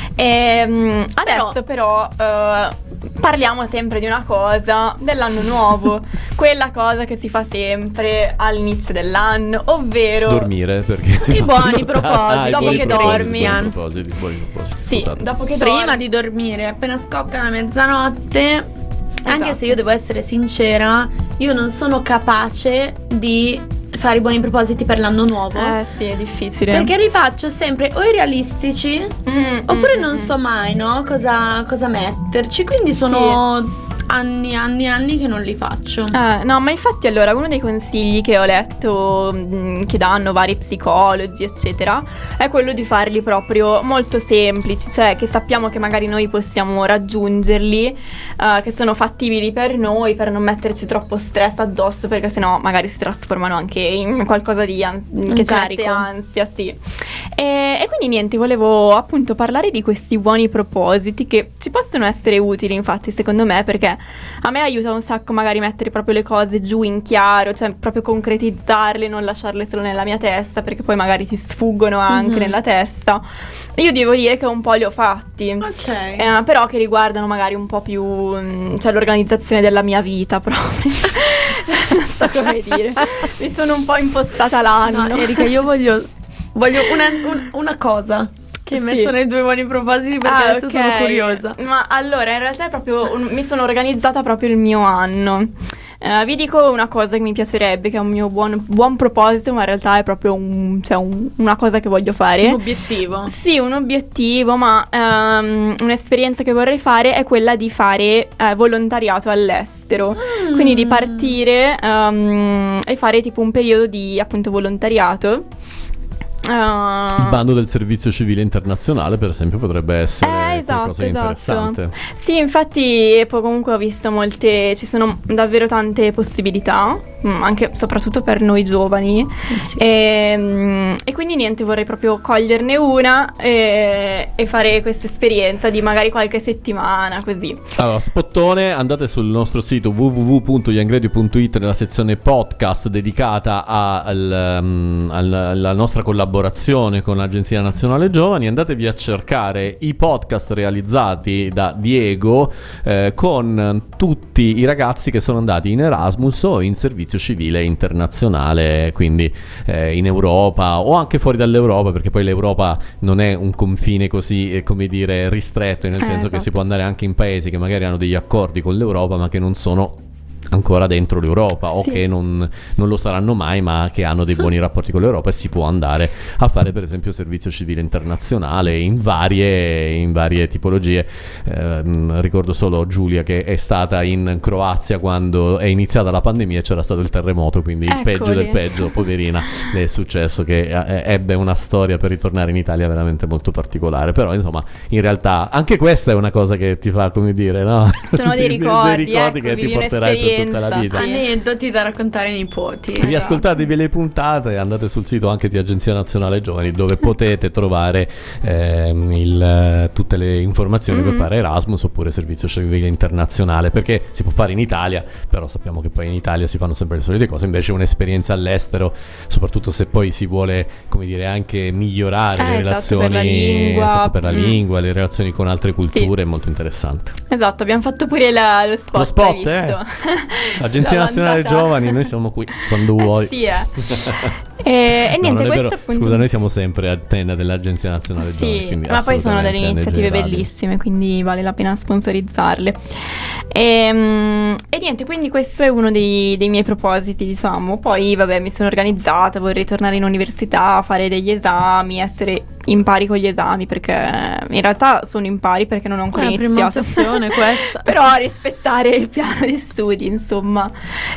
Adesso però parliamo sempre di una cosa dell'anno nuovo, quella cosa che si fa sempre all'inizio dell'anno, ovvero dormire, perché I buoni propositi. Dopo che dormi. buoni propositi, sì, scusate. dopo che Prima dormi. di dormire, appena scocca la mezzanotte, anche Esatto. se io devo essere sincera, io non sono capace di fare i buoni propositi per l'anno nuovo. Sì, è difficile. Perché li faccio sempre o irrealistici oppure non so mai, no? Cosa metterci. Quindi sono anni che non li faccio. No, ma infatti allora uno dei consigli che ho letto che danno vari psicologi eccetera è quello di farli proprio molto semplici, cioè che sappiamo che magari noi possiamo raggiungerli, che sono fattibili per noi, per non metterci troppo stress addosso, perché sennò magari si trasformano anche in qualcosa di che ci mette carico. ansia, sì. E quindi niente, volevo appunto parlare di questi buoni propositi che ci possono essere utili, infatti, secondo me, perché a me aiuta un sacco magari mettere proprio le cose giù in chiaro, cioè proprio concretizzarle, non lasciarle solo nella mia testa, perché poi magari ti sfuggono anche nella testa. E io devo dire che un po' li ho fatti, Ok. però che riguardano magari un po' più, cioè l'organizzazione della mia vita proprio. Non so come dire, mi sono un po' impostata l'anno. No, Erika, io voglio una cosa che hai Sì. messo nei tuoi buoni propositi, perché adesso ok. sono curiosa. Ma allora, in realtà è proprio mi sono organizzata proprio il mio anno. Vi dico una cosa che mi piacerebbe, che è un mio buon proposito, ma in realtà è proprio una cosa che voglio fare. Un obiettivo. Sì, un obiettivo, ma un'esperienza che vorrei fare è quella di fare volontariato all'estero. Quindi di partire e fare tipo un periodo di appunto volontariato. Il bando del servizio civile internazionale, per esempio, potrebbe essere qualcosa di interessante. Sì, infatti poi comunque ho visto ci sono davvero tante possibilità, anche soprattutto per noi giovani. Sì. E quindi niente, vorrei proprio coglierne una e fare questa esperienza di magari qualche settimana, così. Allora, spottone, andate sul nostro sito www.youngradio.it nella sezione podcast dedicata alla nostra collaborazione con l'Agenzia Nazionale Giovani. Andatevi a cercare i podcast realizzati da Diego con tutti i ragazzi che sono andati in Erasmus o in servizio civile internazionale, quindi in Europa o anche fuori dall'Europa, perché poi l'Europa non è un confine così, come dire, ristretto, nel senso che si può andare anche in paesi che magari hanno degli accordi con l'Europa ma che non sono ancora dentro l'Europa o che non lo saranno mai, ma che hanno dei buoni rapporti con l'Europa, e si può andare a fare per esempio servizio civile internazionale in varie tipologie. Ricordo solo Giulia che è stata in Croazia quando è iniziata la pandemia e c'era stato il terremoto, quindi il peggio del peggio, poverina, le è successo che ebbe una storia per ritornare in Italia veramente molto particolare. Però insomma, in realtà anche questa è una cosa che ti fa, come dire, no? Sono dei ricordi che ti porterai per tutta la vita. Aneddoti da raccontare ai nipoti. Riascoltatevi le puntate e andate sul sito anche di Agenzia Nazionale Giovani, dove potete trovare tutte le informazioni per fare Erasmus oppure servizio civile internazionale, perché si può fare in Italia, però sappiamo che poi in Italia si fanno sempre le solite cose. Invece un'esperienza all'estero, soprattutto se poi si vuole, come dire, anche migliorare le relazioni per la lingua, le relazioni con altre culture, è molto interessante. Esatto, abbiamo fatto pure lo spot, Agenzia Nazionale Giovani, noi siamo qui quando vuoi. E niente, no, questo appunto... Scusa, noi siamo sempre antenne dell'Agenzia Nazionale Giovani, ma poi sono delle iniziative bellissime, quindi vale la pena sponsorizzarle. E niente, quindi questo è uno dei miei propositi, diciamo. Poi vabbè, mi sono organizzata, vorrei tornare in università, fare degli esami, essere in pari con gli esami, perché in realtà sono in pari perché non ho ancora iniziato. Sessione questa. Però rispettare il piano di studi, insomma.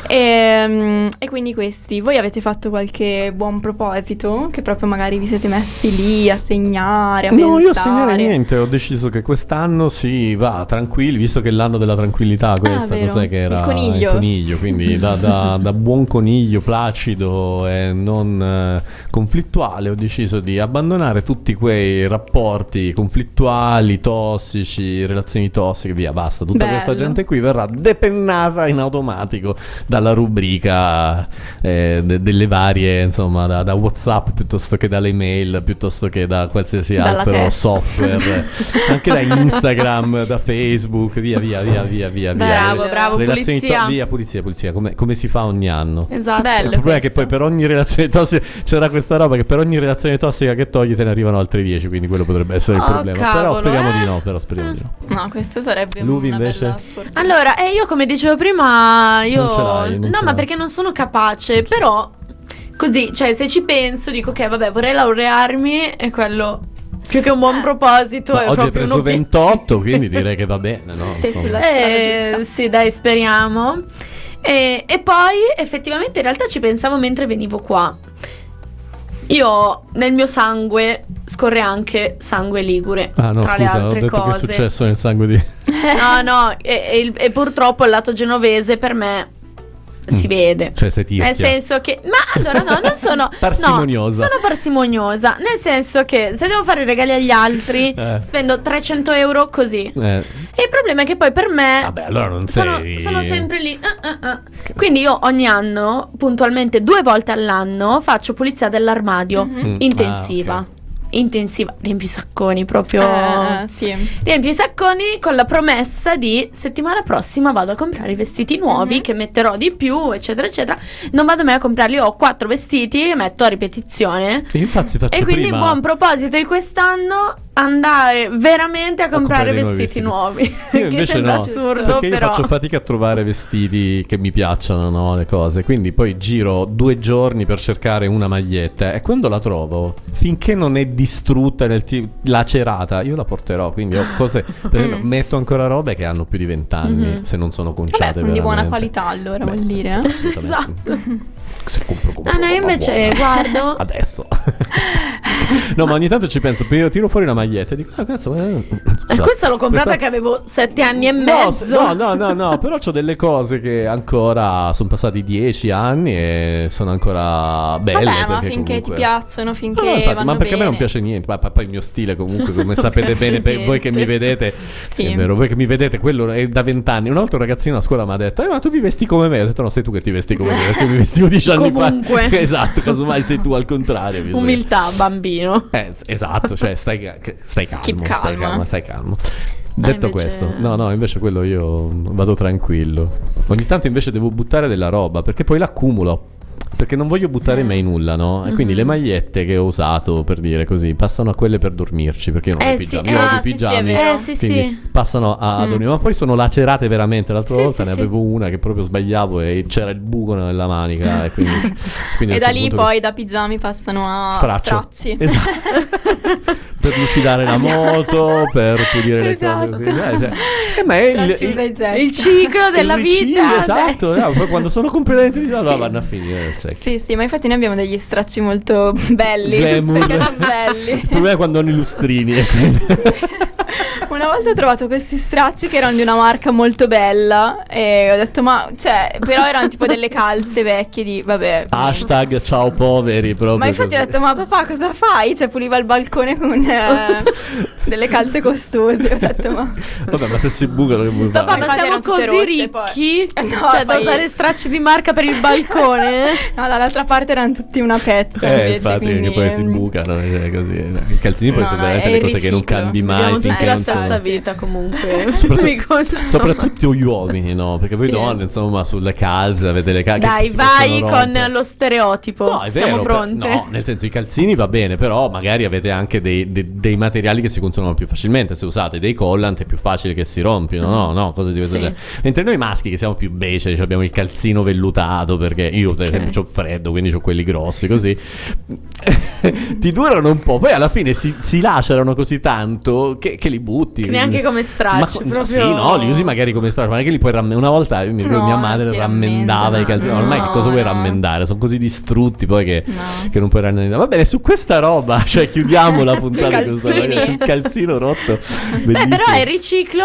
E quindi questi. Voi avete fatto qualche buon proposito che proprio magari vi siete messi lì a segnare, a pensare? No, io a segnare niente, ho deciso che quest'anno si va tranquilli, visto che è l'anno della tranquillità, questa cos'è che era? Il coniglio, quindi da buon coniglio placido e non conflittuale ho deciso di abbandonare tutti quei rapporti conflittuali, tossici, relazioni tossiche, via, basta. Tutta questa gente qui verrà depennata in automatico dalla rubrica delle varie, insomma, da WhatsApp piuttosto che dalle email, piuttosto che da qualsiasi altro software, anche da Instagram, da Facebook, via. Bravo, pulizia, come si fa ogni anno. Esatto. Il problema è che poi per ogni relazione tossica c'era questa roba che per ogni relazione tossica che togli te ne arrivano altre 10, quindi quello potrebbe essere il problema. Cavolo, speriamo di no. No, questo sarebbe Luvi, una invece? bella sfortuna. Allora, io come dicevo prima, ma perché non sono capace, però così, cioè se ci penso dico che vabbè, vorrei laurearmi e quello più che un buon proposito è oggi hai proprio preso 28, quindi direi che va bene, no? Sì, dai, speriamo. E poi effettivamente in realtà ci pensavo mentre venivo qua. Io nel mio sangue scorre anche sangue ligure, tra le altre ho detto cose. Che è successo nel sangue di... No, e purtroppo il lato genovese per me si vede. Cioè sei tirchia. Nel senso che... Ma allora no, non sono... parsimoniosa. No, sono parsimoniosa. Nel senso che se devo fare regali agli altri spendo 300 euro così. E il problema è che poi per me... Vabbè, allora non sei... Sono sempre lì. Quindi io ogni anno, puntualmente 2 volte all'anno, faccio pulizia dell'armadio intensiva. Intensiva, riempio i sacconi proprio. Riempio i sacconi con la promessa di settimana prossima vado a comprare i vestiti nuovi che metterò di più, eccetera eccetera. Non vado mai a comprarli, ho 4 vestiti e metto a ripetizione. Infatti faccio e quindi buon proposito di quest'anno andare veramente a comprare vestiti nuovi. Io invece che sembra no, assurdo, perché però io faccio fatica a trovare vestiti che mi piacciono, no, le cose. Quindi poi giro 2 giorni per cercare una maglietta e quando la trovo, finché non è distrutta, lacerata, io la porterò. Quindi ho cose, per esempio, metto ancora robe che hanno più di 20 anni, se non sono conciate. Sono di buona qualità, allora vuol dire. Esatto. No, io invece guardo adesso. No, ma ogni tanto ci penso, tiro fuori una maglietta e dico, cazzo, questa l'ho comprata che avevo 7 anni e mezzo. No, però c'ho delle cose che ancora sono passati 10 anni e sono ancora belle. Vabbè, ma finché comunque... ti piacciono, finché infatti, vanno ma perché bene. a me non piace niente, ma poi il mio stile comunque, come sapete bene, per voi che mi vedete, sì, è vero, voi che mi vedete, quello è da 20 anni. Una volta un ragazzino a scuola mi ha detto, ma tu ti vesti come me? Ho detto, no, sei tu che ti vesti come me, perché mi vestivo 10 anni comunque. fa. Esatto, casomai sei tu al contrario. Umiltà, bambino. Esatto, cioè stai calmo. Stai calmo. Detto invece... questo, no, invece quello io vado tranquillo. Ogni tanto invece devo buttare della roba perché poi l'accumulo. perché non voglio buttare mai nulla, no? E quindi le magliette che ho usato, per dire così, passano a quelle per dormirci, perché io non ho i pigiami. Io ho i pigiami, quindi passano a dormire. Ma poi sono lacerate veramente. L'altra volta ne avevo una che proprio sbagliavo e c'era il buco nella manica e quindi e da lì poi da pigiami passano a stracci. Esatto. Per lucidare la moto, per pulire le cose. Ma è il ciclo della vita. Esatto, poi quando sono completamente allora vanno a finire nel secco. Sì, ma infatti noi abbiamo degli stracci molto belli. Glamour. Perché sono belli. Il problema è quando hanno i lustrini. Una volta ho trovato questi stracci che erano di una marca molto bella e ho detto però erano tipo delle calze vecchie di vabbè. Hashtag ciao poveri proprio. Ma infatti ho detto ma papà cosa fai? Cioè puliva il balcone con delle calze costose. Ho detto vabbè, ma se si bucano che vuoi fare? Papà, ma siamo così rotte, ricchi? No, cioè da usare stracci di marca per il balcone? No, dall'altra parte erano tutti una pezza invece, infatti, quindi che poi si bucano così. I calzini poi sono veramente le cose che non cambi mai finché non la stessa vita comunque. Soprattutto gli uomini, no? Perché voi donne, insomma, sulle calze avete le calze. Dai, vai con lo stereotipo. No, è vero, siamo pronte. No, nel senso i calzini va bene, però magari avete anche dei materiali che si consumano più facilmente. Se usate dei collant è più facile che si rompino, no? Cose di questo genere. Mentre noi maschi che siamo più beceri, abbiamo il calzino vellutato, perché io per esempio ho freddo, quindi ho quelli grossi così. Ti durano un po', poi alla fine si lacerano così tanto che li butti. Che neanche come stracci, proprio. Sì, no, li usi magari come stracci, ma neanche li puoi una volta mi ricordo mia madre rammendava i calzini. Ormai che cosa vuoi rammendare? Sono così distrutti poi che non puoi rammendare. Va bene, su questa roba, cioè chiudiamo la puntata sul calzino rotto. Beh, però è riciclo,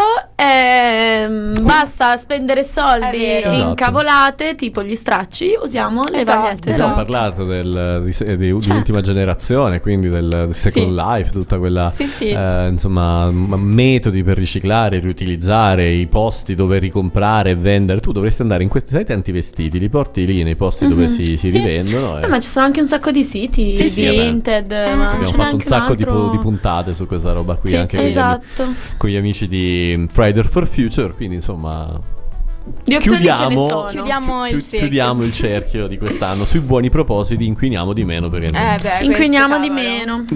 basta spendere soldi in cavolate, tipo gli stracci, usiamo le vagliette. Abbiamo parlato di ultima generazione, quindi del Second Life, tutta quella insomma metodi per riciclare, riutilizzare, i posti dove ricomprare e vendere. Tu dovresti andare in questi, sai, tanti vestiti, li porti lì nei posti dove si rivendono. Ma ci sono anche un sacco di siti Vinted, ma abbiamo fatto un sacco di puntate su questa roba qui, anche con gli amici di Friday for Future, quindi insomma chiudiamo il cerchio di quest'anno sui buoni propositi. Inquiniamo di meno, perché inquiniamo di meno.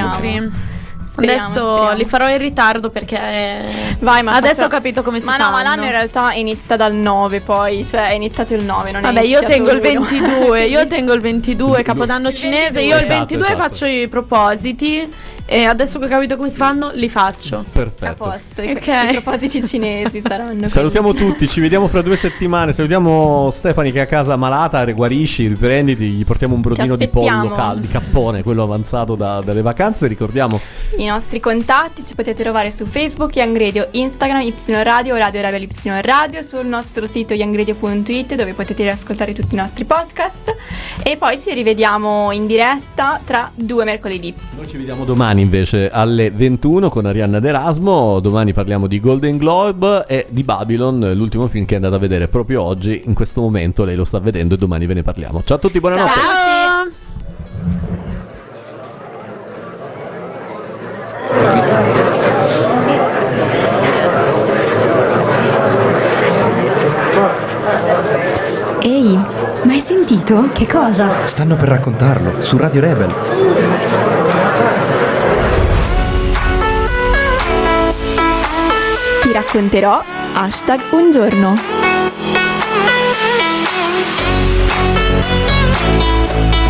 Adesso li farò in ritardo perché adesso ho capito come si fanno. Ma l'anno in realtà inizia dal 9, poi è iniziato il 9, non vabbè, io tengo il 22, Capodanno cinese, io il 22 faccio i propositi e adesso che ho capito come si fanno li faccio. Perfetto. A posto, i propositi cinesi saranno. Salutiamo tutti, ci vediamo fra 2 settimane. Salutiamo Stefani che è a casa malata, guarisci, riprenditi, gli portiamo un brodino di pollo caldo, di cappone, quello avanzato dalle vacanze. Ricordiamo i nostri contatti, ci potete trovare su Facebook Young Radio, Instagram YRadio, Radio Rebel YRadio, sul nostro sito youngradio.it, dove potete riascoltare tutti i nostri podcast, e poi ci rivediamo in diretta tra 2 mercoledì. Noi ci vediamo domani invece alle 21 con Arianna D'Erasmo. Domani parliamo di Golden Globe e di Babylon, l'ultimo film che è andato a vedere proprio oggi, in questo momento lei lo sta vedendo e domani ve ne parliamo. Ciao a tutti, buonanotte. Ciao. Ehi, ma hai sentito? Che cosa? Stanno per raccontarlo su Radio Rebel. Ti racconterò #un giorno.